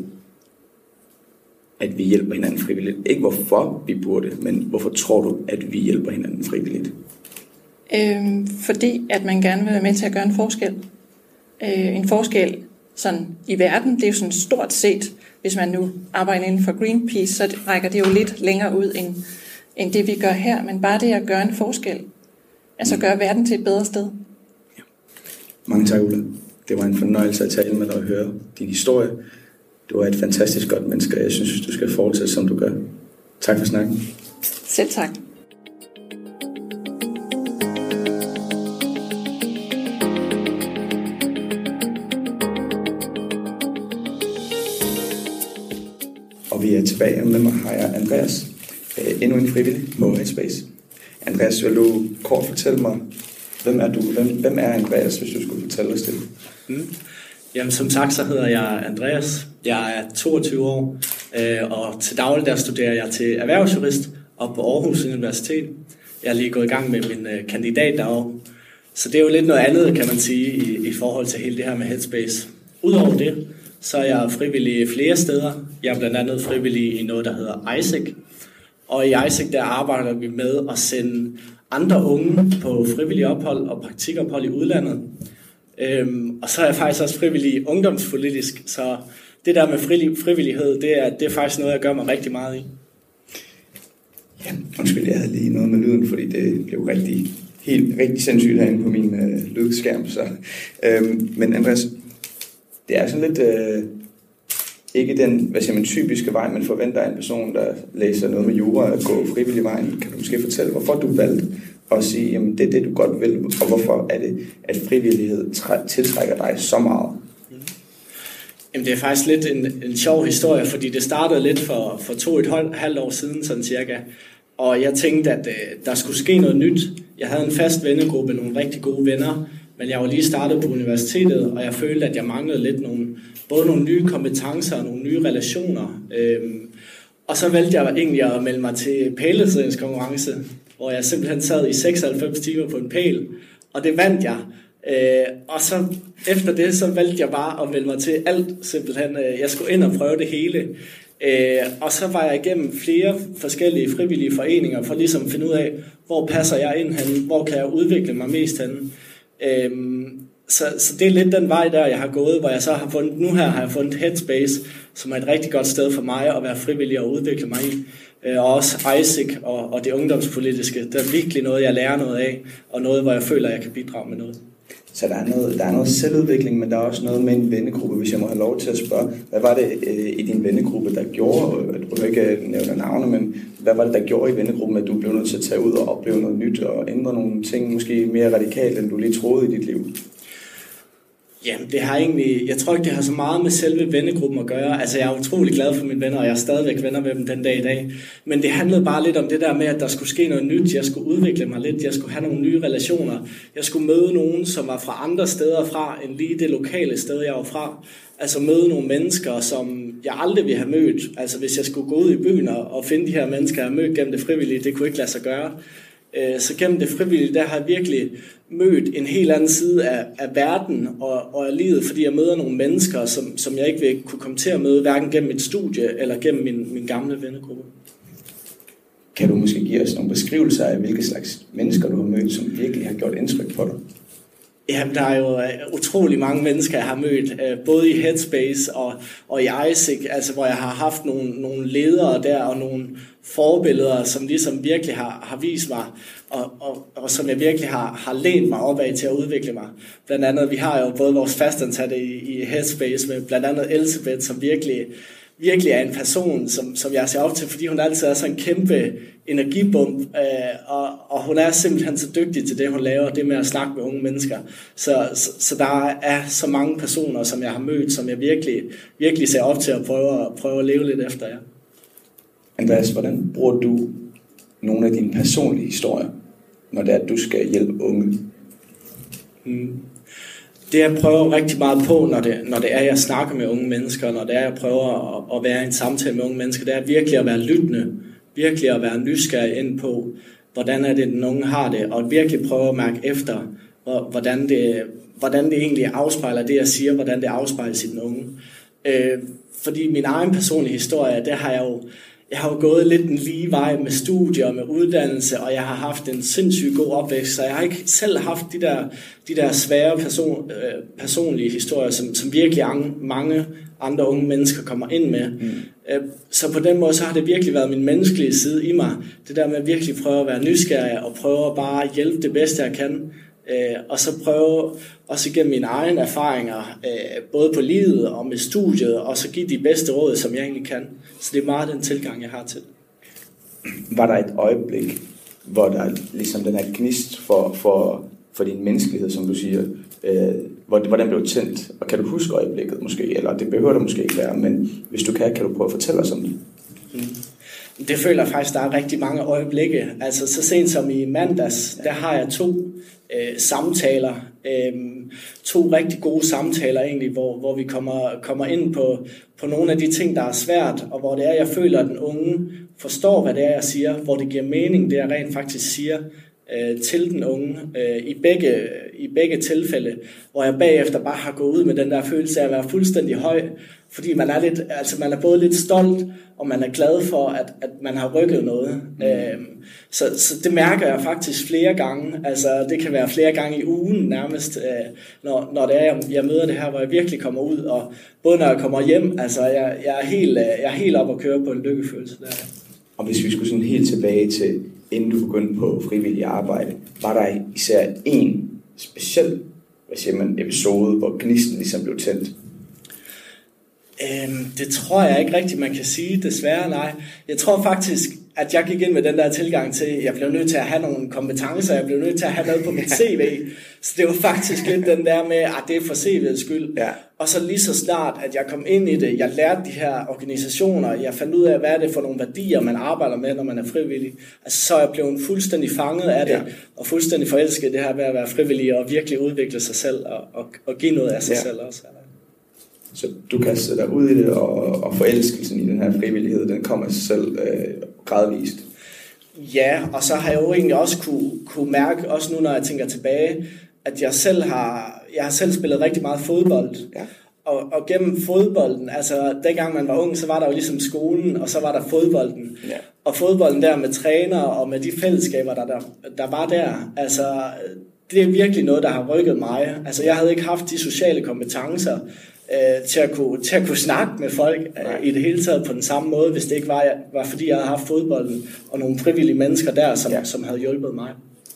C: at vi hjælper hinanden frivilligt? Ikke hvorfor vi burde, men hvorfor tror du, at vi hjælper hinanden frivilligt?
F: Øhm, fordi at man gerne vil være med til at gøre en forskel. Øh, en forskel sådan i verden, det er jo sådan stort set, hvis man nu arbejder inden for Greenpeace, så rækker det jo lidt længere ud end, end det vi gør her, men bare det at gøre en forskel, altså gøre verden til et bedre sted.
C: Ja. Mange tak, Ulla. Det var en fornøjelse at tale med dig og høre din historie. Du er et fantastisk godt menneske, og jeg synes, du skal fortsætte, som du gør. Tak for snakken.
F: Selv tak.
C: Og vi er tilbage, og med mig har jeg Andreas, endnu en frivillig på Headspace. Andreas, vil du kort fortælle mig, hvem er du? Hvem, hvem er Andreas, hvis du skulle fortælle os det?
G: Mm. Jamen, som sagt, så hedder jeg Andreas. Jeg er toogtyve år, øh, og til daglig der studerer jeg til erhvervsjurist op på Aarhus Universitet. Jeg er lige gået i gang med min øh, kandidat derovre. Så det er jo lidt noget andet, kan man sige, i, i forhold til hele det her med Headspace. Udover det, så er jeg frivillig flere steder. Jeg er blandt andet frivillig i noget, der hedder I S E C. Og i I S E C, der arbejder vi med at sende andre unge på frivillige ophold og praktikophold i udlandet. Øhm, og så er jeg faktisk også frivillig ungdomspolitisk, så det der med frivillighed, det er, det er faktisk noget, jeg gør mig rigtig meget i.
C: Ja, undskyld, jeg havde lige noget med lyden, fordi det blev rigtig, helt, rigtig sindssygt herinde på min øh, lydskærm. Så. Øhm, men Andreas, det er sådan lidt øh, ikke den, hvad siger man, typiske vej, man forventer en person, der læser noget med jura at gå frivillig vejen. Kan du måske fortælle, hvorfor du valgte at sige, jamen det er det, du godt vil, og hvorfor er det, at frivillighed tiltrækker dig så meget? Mm.
G: Jamen det er faktisk lidt en, en sjov historie, fordi det startede lidt for, for to og et halvt år siden, sådan cirka. Og jeg tænkte, at øh, der skulle ske noget nyt. Jeg havde en fast vennegruppe, nogle rigtig gode venner, men jeg var lige startet på universitetet, og jeg følte, at jeg manglede lidt nogle, både nogle nye kompetencer og nogle nye relationer. Øhm, og så valgte jeg egentlig at melde mig til pælesedningskonkurrence, hvor jeg simpelthen sad i seksoghalvfems timer på en pæl, og det vandt jeg. Øh, og så efter det, så valgte jeg bare at melde mig til alt simpelthen. Jeg skulle ind og prøve det hele. Øh, og så var jeg igennem flere forskellige frivillige foreninger for ligesom at finde ud af, hvor passer jeg ind henne, hvor kan jeg udvikle mig mest henne. Øh, så, så det er lidt den vej der, jeg har gået, hvor jeg så har fundet, nu her har jeg fundet Headspace, som er et rigtig godt sted for mig at være frivillig og udvikle mig i. Og også I S E C og, og det ungdomspolitiske, det er virkelig noget, jeg lærer noget af, og noget, hvor jeg føler, at jeg kan bidrage med noget.
C: Så der er noget, der er noget selvudvikling, men der er også noget med en vennegruppe, hvis jeg må have lov til at spørge. Hvad var det øh, i din vennegruppe, der gjorde, at du ikke nævner navne, men hvad var det, der gjorde i vennegruppen, at du blev nødt til at tage ud og opleve noget nyt og ændre nogle ting, måske mere radikalt, end du lige troede i dit liv?
G: Jamen, det har egentlig, jeg tror ikke, det har så meget med selve vennegruppen at gøre. Altså, jeg er utrolig glad for mine venner, og jeg er stadigvæk venner med dem den dag i dag. Men det handlede bare lidt om det der med, at der skulle ske noget nyt. Jeg skulle udvikle mig lidt. Jeg skulle have nogle nye relationer. Jeg skulle møde nogen, som var fra andre steder fra, end lige det lokale sted, jeg var fra. Altså møde nogle mennesker, som jeg aldrig ville have mødt. Altså, hvis jeg skulle gå ud i byen og finde de her mennesker, jeg har mødt gennem det frivillige, det kunne ikke lade sig gøre. Så gennem det frivillige, der har jeg virkelig mødt en helt anden side af, af verden og, og af livet, fordi jeg møder nogle mennesker, som, som jeg ikke vil kunne komme til at møde, hverken gennem mit studie eller gennem min, min gamle vennegruppe.
C: Kan du måske give os nogle beskrivelser af, hvilke slags mennesker du har mødt, som virkelig har gjort indtryk på dig?
G: Jamen, der er jo utrolig mange mennesker, jeg har mødt, både i Headspace og, og i I S E C, altså hvor jeg har haft nogle, nogle ledere der og nogle forbilleder, som ligesom virkelig har, har vist mig, og, og, og som jeg virkelig har, har lænt mig op af til at udvikle mig. Blandt andet, vi har jo både vores fastansatte i, i Headspace med blandt andet Elisabeth, som virkelig virkelig er en person, som, som jeg ser op til, fordi hun altid er sådan en kæmpe energibump, øh, og, og hun er simpelthen så dygtig til det, hun laver, det med at snakke med unge mennesker. Så, så, så der er så mange personer, som jeg har mødt, som jeg virkelig, virkelig ser op til at prøve, prøve at leve lidt efter. Ja.
C: Andreas, hvordan bruger du nogle af dine personlige historier, når det er, at du skal hjælpe unge?
G: Hmm. Det jeg prøver rigtig meget på, når det, når det er, jeg snakker med unge mennesker, når det er, jeg prøver at, at være i en samtale med unge mennesker, det er virkelig at være lyttende, virkelig at være nysgerrig ind på, hvordan er det, den unge har det, og virkelig prøve at mærke efter, hvordan det, hvordan det egentlig afspejler det, jeg siger, hvordan det afspejler i den unge. Øh, fordi min egen personlige historie, det har jeg jo Jeg har jo gået lidt den lige vej med studier og med uddannelse, og jeg har haft en sindssygt god opvækst, så jeg har ikke selv haft de der, de der svære person, øh, personlige historier, som, som virkelig mange andre unge mennesker kommer ind med. Mm. Øh, så på den måde, så har det virkelig været min menneskelige side i mig. Det der med at virkelig prøve at være nysgerrig og prøve at bare hjælpe det bedste, jeg kan. Øh, og så prøve også igennem mine egne erfaringer, øh, både på livet og med studiet, og så give de bedste råd, som jeg egentlig kan. Så det er meget den tilgang, jeg har til.
C: Var der et øjeblik, hvor der ligesom den her gnist for, for, for din menneskelighed, som du siger, øh, hvor, hvor den blev tændt? Og kan du huske øjeblikket måske? Eller det behøver det måske ikke være, men hvis du kan, kan du prøve at fortælle os om det? Mm.
G: Det føler jeg faktisk, der er rigtig mange øjeblikke. Altså så sent som i mandags, der har jeg to øh, samtaler, øh, to rigtig gode samtaler egentlig, hvor, hvor vi kommer, kommer ind på, på nogle af de ting, der er svært, og hvor det er, jeg føler, at den unge forstår, hvad det er, jeg siger, hvor det giver mening, det jeg rent faktisk siger øh, til den unge, øh, i, begge, i begge tilfælde, hvor jeg bagefter bare har gået ud med den der følelse af at være fuldstændig høj, fordi man er, lidt, altså man er både lidt stolt, og man er glad for, at, at man har rykket noget. Mm. Øhm, så, så det mærker jeg faktisk flere gange. Altså det kan være flere gange i ugen nærmest, øh, når, når det er, jeg, jeg møder det her, hvor jeg virkelig kommer ud. Og både når jeg kommer hjem, altså jeg, jeg, er, helt, jeg er helt op at køre på en lykkefølelse. Der.
C: Og hvis vi skulle sådan helt tilbage til, inden du begyndte på frivillig arbejde, var der især en speciel, hvad siger man, episode, hvor gnisten ligesom blev tændt?
G: Øhm, det tror jeg ikke rigtigt, man kan sige, desværre nej. Jeg tror faktisk, at jeg gik ind med den der tilgang til, at jeg blev nødt til at have nogle kompetencer, jeg blev nødt til at have noget på mit C V. Så det var faktisk lidt den der med, at det er for C V'ets skyld. Ja. Og så lige så snart, at jeg kom ind i det, jeg lærte de her organisationer, jeg fandt ud af, hvad er det for nogle værdier, man arbejder med, når man er frivillig. Altså så er jeg blevet fuldstændig fanget af det, ja. Og fuldstændig forelsket det her ved at være frivillig, og virkelig udvikle sig selv, og, og, og give noget af sig ja. selv også.
C: Så du kaster dig ud i det, og, og forelskelsen i den her frivillighed, den kommer af sig selv øh, gradvist.
G: Ja, og så har jeg jo egentlig også kunne, kunne mærke, også nu når jeg tænker tilbage, at jeg selv har, jeg har selv spillet rigtig meget fodbold. Ja. Og, og gennem fodbolden, altså dengang man var ung, så var der jo ligesom skolen, og så var der fodbolden. Ja. Og fodbolden der med træner og med de fællesskaber, der, der, der var der, altså det er virkelig noget, der har rykket mig. Altså jeg havde ikke haft de sociale kompetencer, Til at, kunne, til at kunne snakke med folk uh, i det hele taget på den samme måde, hvis det ikke var, var fordi jeg havde haft fodbolden og nogle frivillige mennesker der, som, ja. som havde hjulpet mig.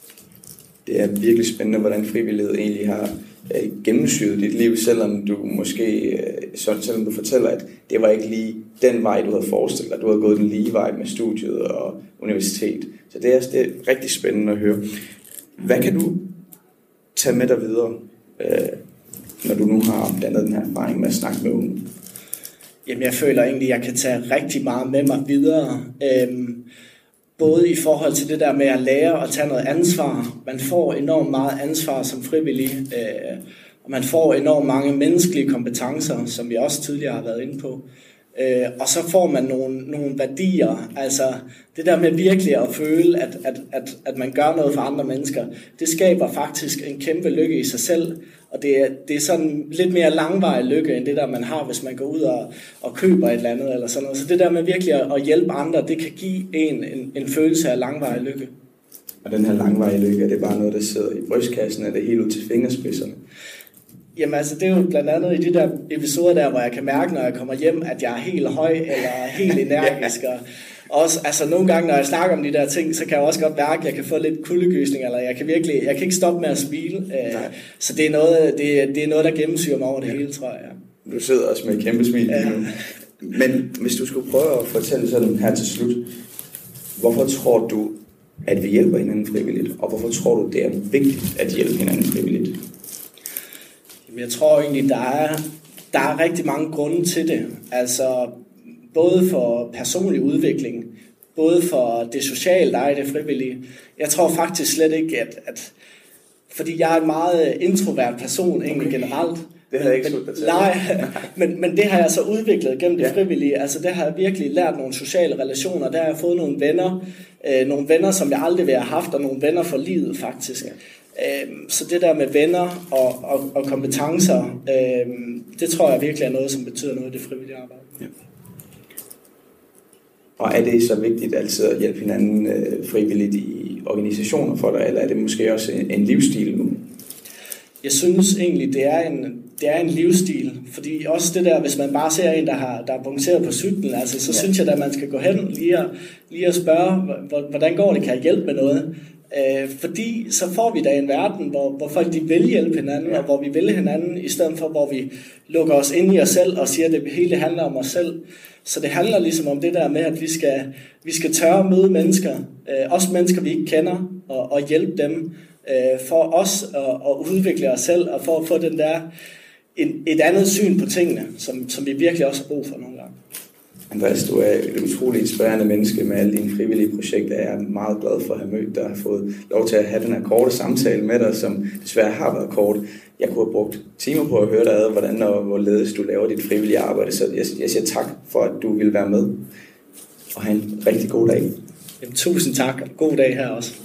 C: Det er virkelig spændende, hvordan frivillighed egentlig har uh, gennemsyret dit liv, selvom du måske, uh, selvom du fortæller, at det var ikke lige den vej, du havde forestillet dig. Du havde gået den lige vej med studiet og universitet. Så det er, det er rigtig spændende at høre. Hvad kan du tage med dig videre, uh, når du nu har dannet den her erfaring med at snakke med unge?
G: Jamen, jeg føler egentlig, at jeg kan tage rigtig meget med mig videre. Øhm, både i forhold til det der med at lære og tage noget ansvar. Man får enormt meget ansvar som frivillig, øh, og man får enormt mange menneskelige kompetencer, som vi også tidligere har været inde på. Øh, og så får man nogle, nogle værdier, altså det der med virkelig at føle, at, at, at, at man gør noget for andre mennesker, det skaber faktisk en kæmpe lykke i sig selv, og det er, det er sådan lidt mere langvarig lykke, end det der man har, hvis man går ud og, og køber et eller andet, eller sådan noget. Så det der med virkelig at, at hjælpe andre, det kan give en, en, en følelse af langvarig lykke.
C: Og den her langvarige lykke, er det bare noget, der sidder i brystkassen, eller helt ud til fingerspidserne?
G: Jamen altså, det er jo blandt andet i de der episoder der, hvor jeg kan mærke, når jeg kommer hjem, at jeg er helt høj, eller helt energisk, og også, altså nogle gange, når jeg snakker om de der ting, så kan jeg også godt mærke, at jeg kan få lidt kuldegysning, eller jeg kan virkelig, jeg kan ikke stoppe med at smile. Nej. Så det er noget, det, det er noget, der gennemsyrer mig over det ja. hele, tror jeg.
C: Du sidder også med et kæmpe smil. Ja. Men hvis du skulle prøve at fortælle sådan her til slut, hvorfor tror du, at vi hjælper hinanden frivilligt, og hvorfor tror du, det er vigtigt at hjælpe hinanden frivilligt?
G: Jamen, jeg tror egentlig, der er, der er rigtig mange grunde til det. Altså, både for personlig udvikling, både for det sociale, der er i det frivillige. Jeg tror faktisk slet ikke, at, at fordi jeg er en meget introvert person egentlig okay. generelt.
C: Det har jeg ikke skudt dig til.
G: Nej, men, men det har jeg så udviklet gennem det frivillige. Altså det har jeg virkelig lært nogle sociale relationer. Der har jeg fået nogle venner, øh, nogle venner, som jeg aldrig ville have haft, og nogle venner for livet faktisk. Ja. Øh, så det der med venner og, og, og kompetencer, øh, det tror jeg virkelig er noget, som betyder noget i det frivillige arbejde. Ja.
C: Og er det så vigtigt altid at hjælpe hinanden øh, frivilligt i organisationer for dig, eller er det måske også en, en livsstil nu?
G: Jeg synes egentlig, det er en, det er en livsstil, fordi også det der, hvis man bare ser en, der har der er punkteret på cyklen, altså, så ja. synes jeg, at man skal gå hen lige og, lige og spørge, hvordan går det, kan jeg hjælpe med noget? Øh, fordi så får vi da en verden, hvor, hvor folk de vil hjælpe hinanden, ja. og hvor vi vil hinanden, i stedet for, hvor vi lukker os ind i os selv og siger, at det hele handler om os selv. Så det handler ligesom om det der med, at vi skal, vi skal tørre at møde mennesker, øh, også mennesker, vi ikke kender, og, og hjælpe dem, øh, for os at, at udvikle os selv, og for at få den der, en, et andet syn på tingene, som, som vi virkelig også har brug for nogle gange.
C: Andreas, du er et utroligt inspirerende menneske med alle dine frivillige projekter. Jeg er meget glad for at have mødt dig og have fået lov til at have den her korte samtale med dig, som desværre har været kort. Jeg kunne have brugt timer på at høre dig ad, hvordan og hvorledes du laver dit frivillige arbejde, så jeg, jeg siger tak for, at du vil være med. Og have en rigtig god dag.
G: Jamen, tusind tak. God dag her også.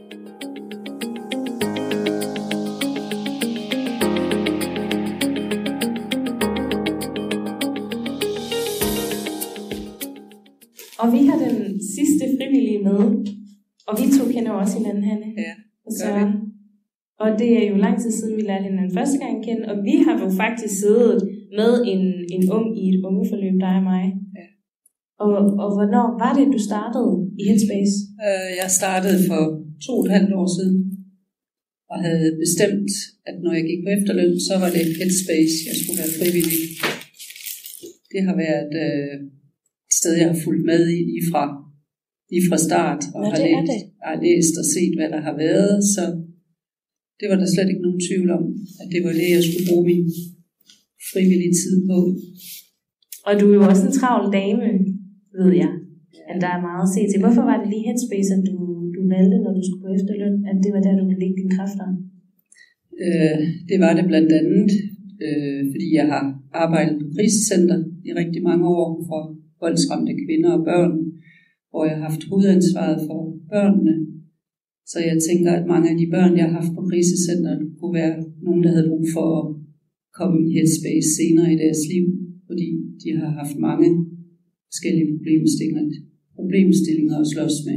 E: Og vi har den sidste frivillige med, og vi to kender også hinanden, Hanne.
F: Ja,
E: og Søren. Og det er jo lang tid siden, vi lærte hinanden første gang kende, og vi har jo faktisk siddet med en, en ung i et ungeforløb, dig og mig.
F: Ja.
E: Og, og hvornår var det, du startede i Headspace?
F: Jeg startede for to og et halvt år siden, og havde bestemt, at når jeg gik på efterløn, så var det Headspace, jeg skulle være frivillig. Det har været øh, et sted, jeg har fulgt med i lige fra, lige fra start, og
E: Nå,
F: har, læst, har læst og set, hvad der har været, så det var der slet ikke nogen tvivl om, at det var det, jeg skulle bruge min frivillige tid på.
E: Og du er jo også en travl dame, ved jeg, at der er meget at se til. Hvorfor var det lige Headspace, at du, du valgte, når du skulle på efterløn, at det var der, du ville lægge dine kræfter?
F: Øh, det var det blandt andet, øh, fordi jeg har arbejdet på krisecenter i rigtig mange år for voldsramte kvinder og børn, hvor jeg har haft hovedansvaret for børnene. Så jeg tænker, at mange af de børn, jeg har haft på krisecenteret, kunne være nogen, der havde brug for at komme i Headspace senere i deres liv, fordi de har haft mange forskellige problemstillinger, problemstillinger at slås med.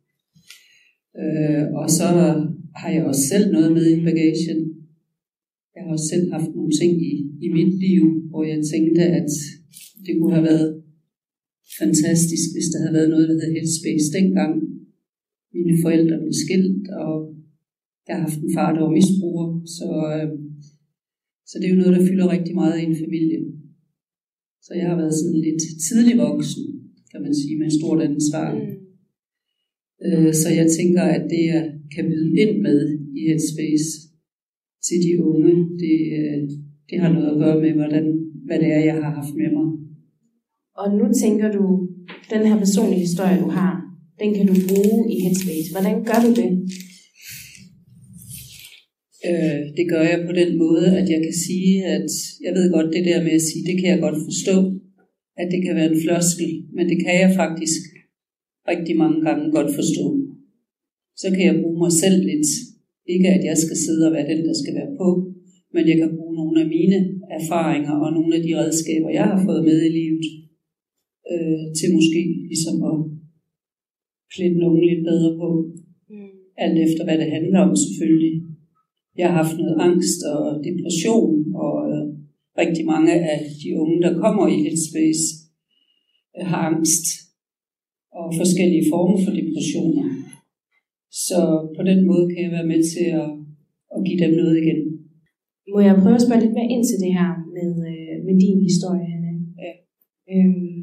F: Øh, og så har jeg også selv noget med i bagagen. Jeg har også selv haft nogle ting i, i mit liv, hvor jeg tænkte, at det kunne have været fantastisk, hvis der havde været noget, der hed Headspace dengang. Mine forældre blev skilt, og jeg har haft en far, der var misbruger, så, øh, så det er jo noget, der fylder rigtig meget i en familie. Så jeg har været sådan lidt tidlig voksen, kan man sige, med en stort ansvar. Mm. Øh, så jeg tænker, at det, jeg kan byde ind med i Headspace til de unge, det, det har noget at gøre med, hvordan, hvad det er, jeg har haft med mig.
E: Og nu tænker du, den her personlige historie, du har, den kan du bruge i Headspace. Hvordan gør du det?
F: Øh, det gør jeg på den måde, at jeg kan sige, at jeg ved godt det der med at sige, det kan jeg godt forstå, at det kan være en floskel, men det kan jeg faktisk rigtig mange gange godt forstå. Så kan jeg bruge mig selv lidt. Ikke at jeg skal sidde og være den, der skal være på, men jeg kan bruge nogle af mine erfaringer og nogle af de redskaber, jeg har fået med i livet, øh, til måske ligesom at klæde nogen lidt bedre på. Mm. Alt efter hvad det handler om selvfølgelig. Jeg har haft noget angst og depression, og øh, rigtig mange af de unge, der kommer i Headspace, øh, har angst og forskellige former for depressioner. Så på den måde kan jeg være med til at, at give dem noget igen.
E: Må jeg prøve at spørge lidt mere ind til det her med, øh, med din historie, Hanne?
F: Ja.
E: Øhm,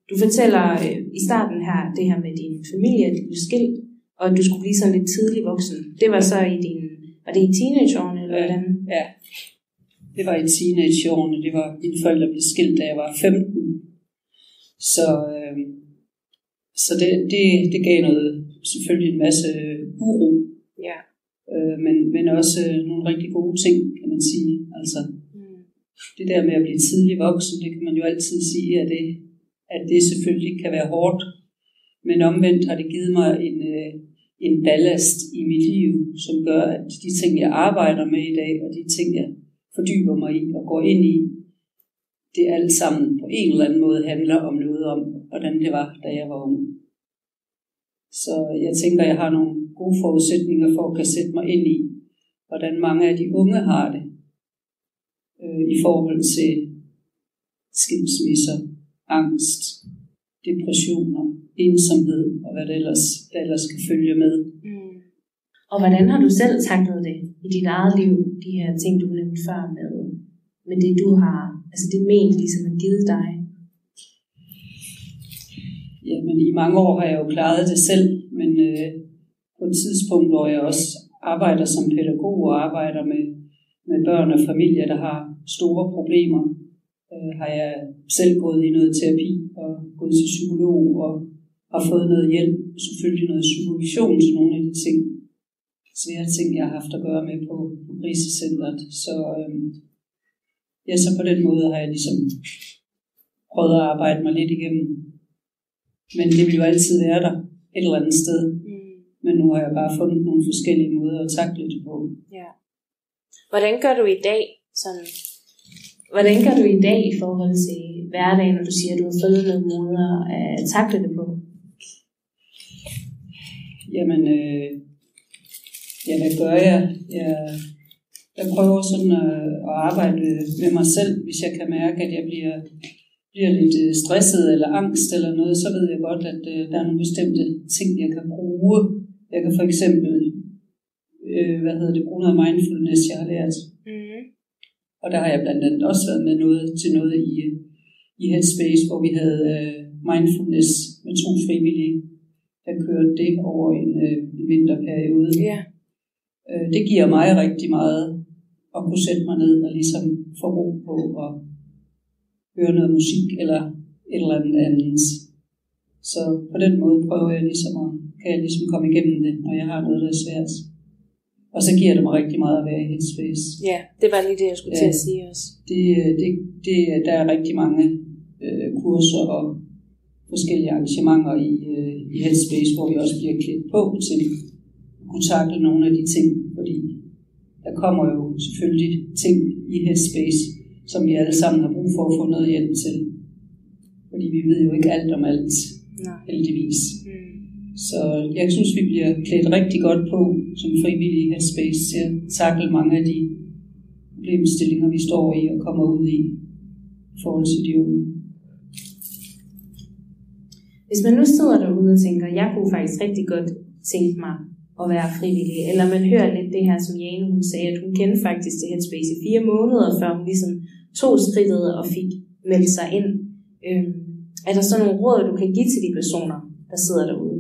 E: Du fortæller øh, i starten her, det her med din familie, at du blev skilt, og at du skulle blive sådan lidt tidlig voksen. Det var så i din, var det i teenageårene, eller hvordan?
H: Ja, det var i teenageårene. Det var, mine forældre blev skilt, da jeg var femten. Så, øh, så det, det, det gav noget, selvfølgelig en masse uro.
E: Ja.
H: Øh, men, men også nogle rigtig gode ting, kan man sige. Altså, mm. det der med at blive tidlig voksen, det kan man jo altid sige, at det, at det selvfølgelig kan være hårdt. Men omvendt har det givet mig en, en ballast i mit liv, som gør, at de ting, jeg arbejder med i dag, og de ting, jeg fordyber mig i og går ind i, det alt sammen på en eller anden måde handler om noget om, hvordan det var, da jeg var ung. Så jeg tænker, jeg har nogle gode forudsætninger for at kan sætte mig ind i, hvordan mange af de unge har det, øh, i forhold til skilsmisser, angst, depressioner, ensomhed og hvad det ellers, der ellers kan følge med.
E: Mm. Og hvordan har du selv taklet det i dit eget liv, de her ting, du nævnte før med, med det, du har, altså det men, ligesom har givet dig?
H: Jamen, i mange år har jeg jo klaret det selv, men øh, på et tidspunkt, hvor jeg også arbejder som pædagog og arbejder med, med børn og familier, der har store problemer, øh, har jeg selv gået i noget terapi og gået til psykolog og har fået noget hjælp, og selvfølgelig noget supervision til nogle af de ting, svære ting, jeg har haft at gøre med på, på krisecentret. Så, øh, ja, så på den måde har jeg ligesom prøvet at arbejde mig lidt igennem. Men det vil jo altid være der et eller andet sted. Mm. Men nu har jeg bare fundet nogle forskellige måder at takle det på.
E: Ja. Hvordan gør du i dag, sådan, hvordan gør du i dag i forhold til hverdagen, når du siger, at du har fundet nogle måder at takle det på?
H: Jamen, øh, ja, hvad gør jeg? Jeg, jeg prøver sådan at, at arbejde med mig selv, hvis jeg kan mærke, at jeg bliver... bliver lidt stresset eller angst eller noget, så ved jeg godt, at øh, der er nogle bestemte ting, jeg kan bruge. Jeg kan for eksempel, øh, hvad hedder det, bruge noget mindfulness, jeg har lært. Mm. Og der har jeg blandt andet også været med noget til noget i, i Headspace, hvor vi havde øh, mindfulness med to frivillige, der kørte det over en, øh, en vinterperiode.
E: Yeah.
H: Øh, det giver mig rigtig meget at kunne sætte mig ned og ligesom få ro på og høre noget musik eller et eller andet andet. Så på den måde prøver jeg ligesom at, kan jeg ligesom komme igennem det, når jeg har noget, der er svært. Og så giver det mig rigtig meget at være i Headspace.
E: Ja, det var lige det, jeg skulle ja, til at sige også.
H: Det, det, det, der er rigtig mange øh, kurser og forskellige arrangementer i, øh, i Headspace, hvor vi også bliver klædt på til at kunne takle nogle af de ting, fordi der kommer jo selvfølgelig ting i Headspace, som vi alle sammen har brug for at få noget hjælp til. Fordi vi ved jo ikke alt om alt, nej, heldigvis. Mm. Så jeg synes, vi bliver klædt rigtig godt på som frivillige Headspace til at takle mange af de problemstillinger, vi står i og kommer ud i i forhold til de unge.
E: Hvis man nu sidder derude og tænker, jeg kunne faktisk rigtig godt tænke mig at være frivillig, eller man hører lidt det her, som Jane hun sagde, at hun kendte faktisk det Headspace i fire måneder, før hun ligesom tog skridtet og fik meldt sig ind. Øhm, er der så nogle råd, du kan give til de personer, der sidder derude?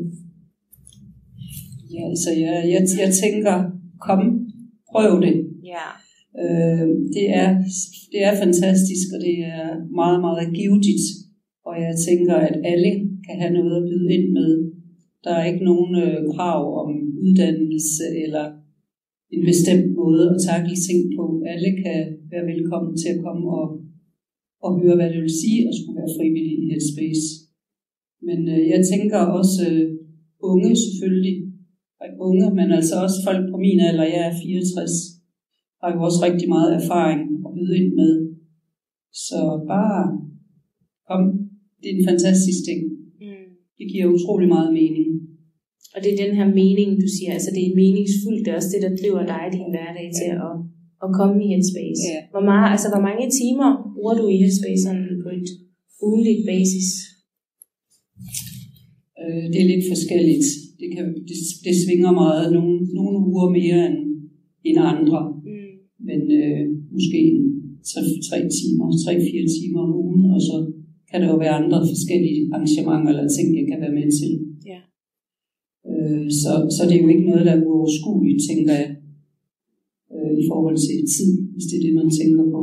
H: Ja, altså jeg, jeg, jeg tænker, kom, prøv det.
E: Ja.
H: Øh, det, er, det er fantastisk, og det er meget, meget givetigt. Og jeg tænker, at alle kan have noget at byde ind med. Der er ikke nogen øh, krav om uddannelse eller en bestemt måde at takle ting på. Alle kan være velkommen til at komme og, og høre, hvad det vil sige at skulle være frivillig i Headspace. Men øh, jeg tænker også øh, unge selvfølgelig, unge, men altså også folk på min alder, jeg er fireogtres, har jo også rigtig meget erfaring at byde ind med. Så bare kom, det er en fantastisk ting. Mm. Det giver utrolig meget mening.
E: Og det er den her mening, du siger, altså det er meningsfuldt, det er også det, der driver dig i din hverdag til at, at komme i Headspace. Ja. Hvor, meget, altså, hvor mange timer bruger du i Headspace på et ugentligt basis?
H: Øh, det er lidt forskelligt. Det, kan, det, det svinger meget. Nogle, nogle uger mere end, end andre. Mm. Men øh, måske tre, tre timer, tre-fire timer om ugen, og så kan der jo være andre forskellige arrangementer eller ting, jeg kan være med til.
E: Ja.
H: Øh, så, så det er jo ikke noget, der er uoverskueligt, tænker jeg, øh, i forhold til tid, hvis det er det, man tænker på.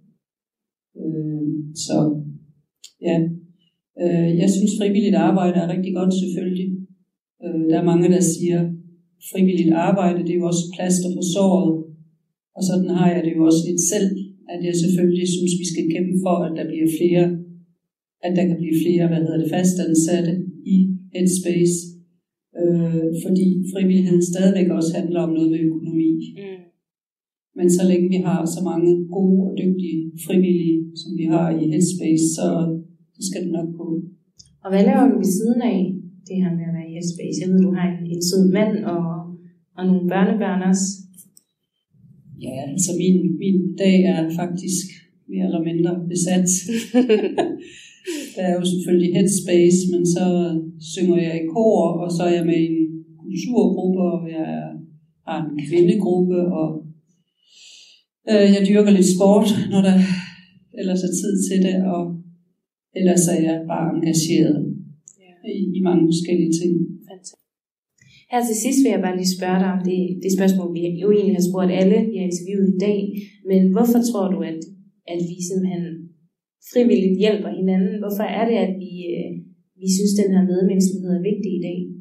H: Øh, så ja, øh, jeg synes frivilligt arbejde er rigtig godt selvfølgelig. Øh, der er mange, der siger, frivilligt arbejde, det er jo også plaster på såret. Og sådan har jeg det jo også lidt selv, at jeg selvfølgelig synes, vi skal kæmpe for, at der bliver flere, at der kan blive flere, hvad hedder det, fastansatte i Headspace. Øh, fordi frivillighed stadigvæk også handler om noget med økonomi. Mm. Men så længe vi har så mange gode og dygtige frivillige, som vi har i Headspace, så, så skal det nok gå.
E: Og hvad laver du ved siden af det her med at være i Headspace? Jeg ved, du har en, en sød mand og, og nogle børnebørn også.
H: Ja, altså min, min dag er faktisk mere eller mindre besat. Der er jo selvfølgelig Headspace, men så synger jeg i kor, og så er jeg med i en kulturgruppe, og jeg har en kvindegruppe, og øh, jeg dyrker lidt sport, når der ellers er tid til det, og ellers er jeg bare engageret ja. i, i mange forskellige ting.
E: Her til sidst vil jeg bare lige spørge dig om det, det spørgsmål, vi jo egentlig har spurgt alle, vi har interviewet i dag, men hvorfor tror du, at, at vi simpelthen frivilligt hjælper hinanden? Hvorfor er det, at vi, øh, vi synes, at den her medmenneskelighed er vigtig i dag?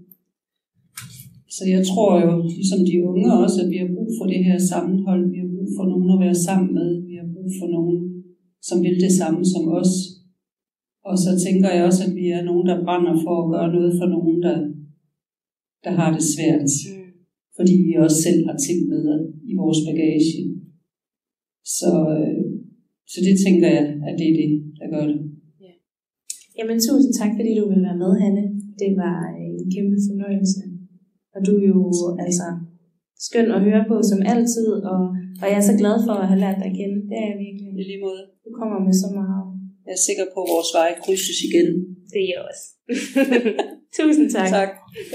H: Så jeg tror jo, ligesom de unge også, at vi har brug for det her sammenhold. Vi har brug for nogen at være sammen med. Vi har brug for nogen, som vil det samme som os. Og så tænker jeg også, at vi er nogen, der brænder for at gøre noget for nogen, der, der har det svært. Mm. Fordi vi også selv har ting med i vores bagage. Så... Så det tænker jeg, at det er det, der gør det.
E: Ja. Jamen tusind tak, fordi du ville være med, Hanne. Det var en kæmpe fornøjelse. Og du er jo altså skøn at høre på som altid, og, og jeg er så glad for at have lært dig at kende. Det er jeg virkelig.
H: I lige måde.
E: Du kommer med så meget.
H: Jeg er sikker på, at vores veje krydses igen.
E: Det er jeg også. Tusind tak.
H: Tak.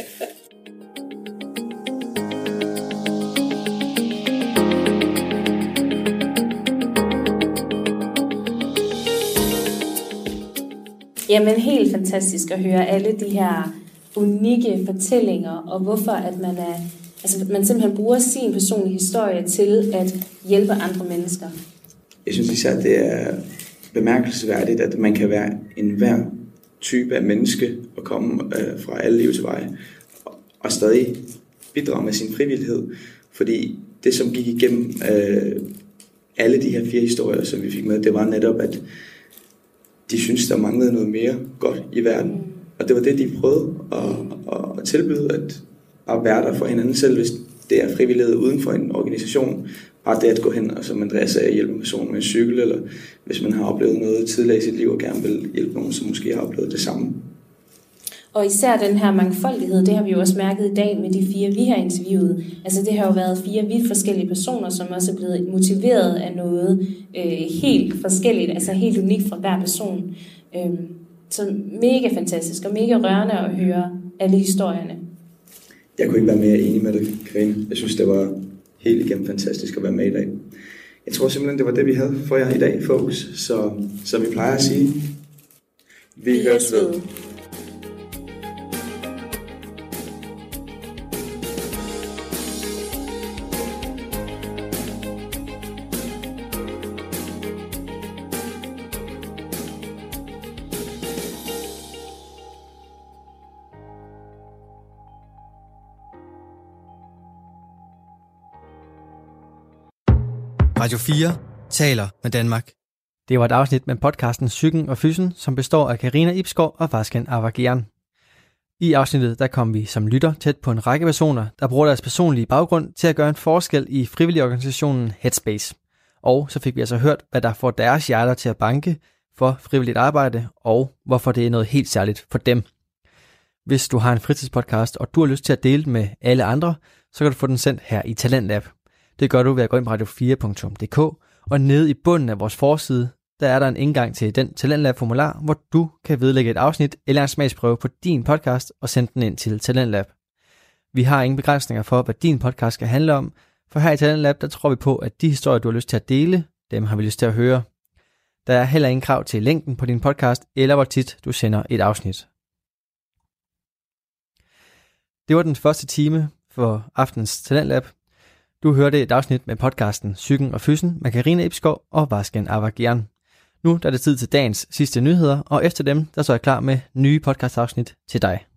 E: Jamen helt fantastisk at høre alle de her unikke fortællinger, og hvorfor at man er, altså man simpelthen bruger sin personlige historie til at hjælpe andre mennesker.
C: Jeg synes især, det er bemærkelsesværdigt, at man kan være en hver type af menneske og komme øh, fra alle livets veje og, og stadig bidrage med sin frivillighed. Fordi det, som gik igennem øh, alle de her fire historier, som vi fik med, det var netop, at de synes der manglede noget mere godt i verden. Og det var det, de prøvede at, at tilbyde, at, at være der for hinanden selv, hvis det er frivillighed uden for en organisation. Bare det at gå hen og som Andreas sagde, hjælpe en person med en cykel, eller hvis man har oplevet noget tidligere i sit liv og gerne vil hjælpe nogen, som måske har oplevet det samme.
E: Og især den her mangfoldighed, det har vi jo også mærket i dag med de fire, vi har interviewet. Altså det har jo været fire vidt forskellige personer, som også er blevet motiveret af noget øh, helt forskelligt, altså helt unikt fra hver person. Øh, så mega fantastisk og mega rørende at høre alle historierne.
C: Jeg kunne ikke være mere enig med dig, Karine. Jeg synes, det var helt igennem fantastisk at være med i dag. Jeg tror simpelthen, det var det, vi havde for jer i dag, folks. Så som vi plejer at sige, vi, vi høres ved.
A: Radio fire taler med Danmark. Det var et afsnit med podcasten Psyken og Fysen, som består af Karina Ibsgaard og Vasken Avakian. I afsnittet der kom vi som lytter tæt på en række personer, der bruger deres personlige baggrund til at gøre en forskel i frivilligorganisationen Headspace. Og så fik vi altså hørt, hvad der får deres hjerter til at banke for frivilligt arbejde, og hvorfor det er noget helt særligt for dem. Hvis du har en fritidspodcast, og du har lyst til at dele den med alle andre, så kan du få den sendt her i Talentlab. Det gør du ved at gå ind på radio fire punktum d k, og nede i bunden af vores forside, der er der en indgang til den Talentlab-formular, hvor du kan vedlægge et afsnit eller en smagsprøve på din podcast og sende den ind til Talentlab. Vi har ingen begrænsninger for, hvad din podcast skal handle om, for her i Talentlab, der tror vi på, at de historier, du har lyst til at dele, dem har vi lyst til at høre. Der er heller ingen krav til længden på din podcast, eller hvor tit du sender et afsnit. Det var den første time for aftens Talentlab. Du hørte et afsnit med podcasten Psyken og Fysen med Karina Ibskov og Vasgen Avakian. Nu der er det tid til dagens sidste nyheder, og efter dem der så er jeg klar med nye podcastafsnit til dig.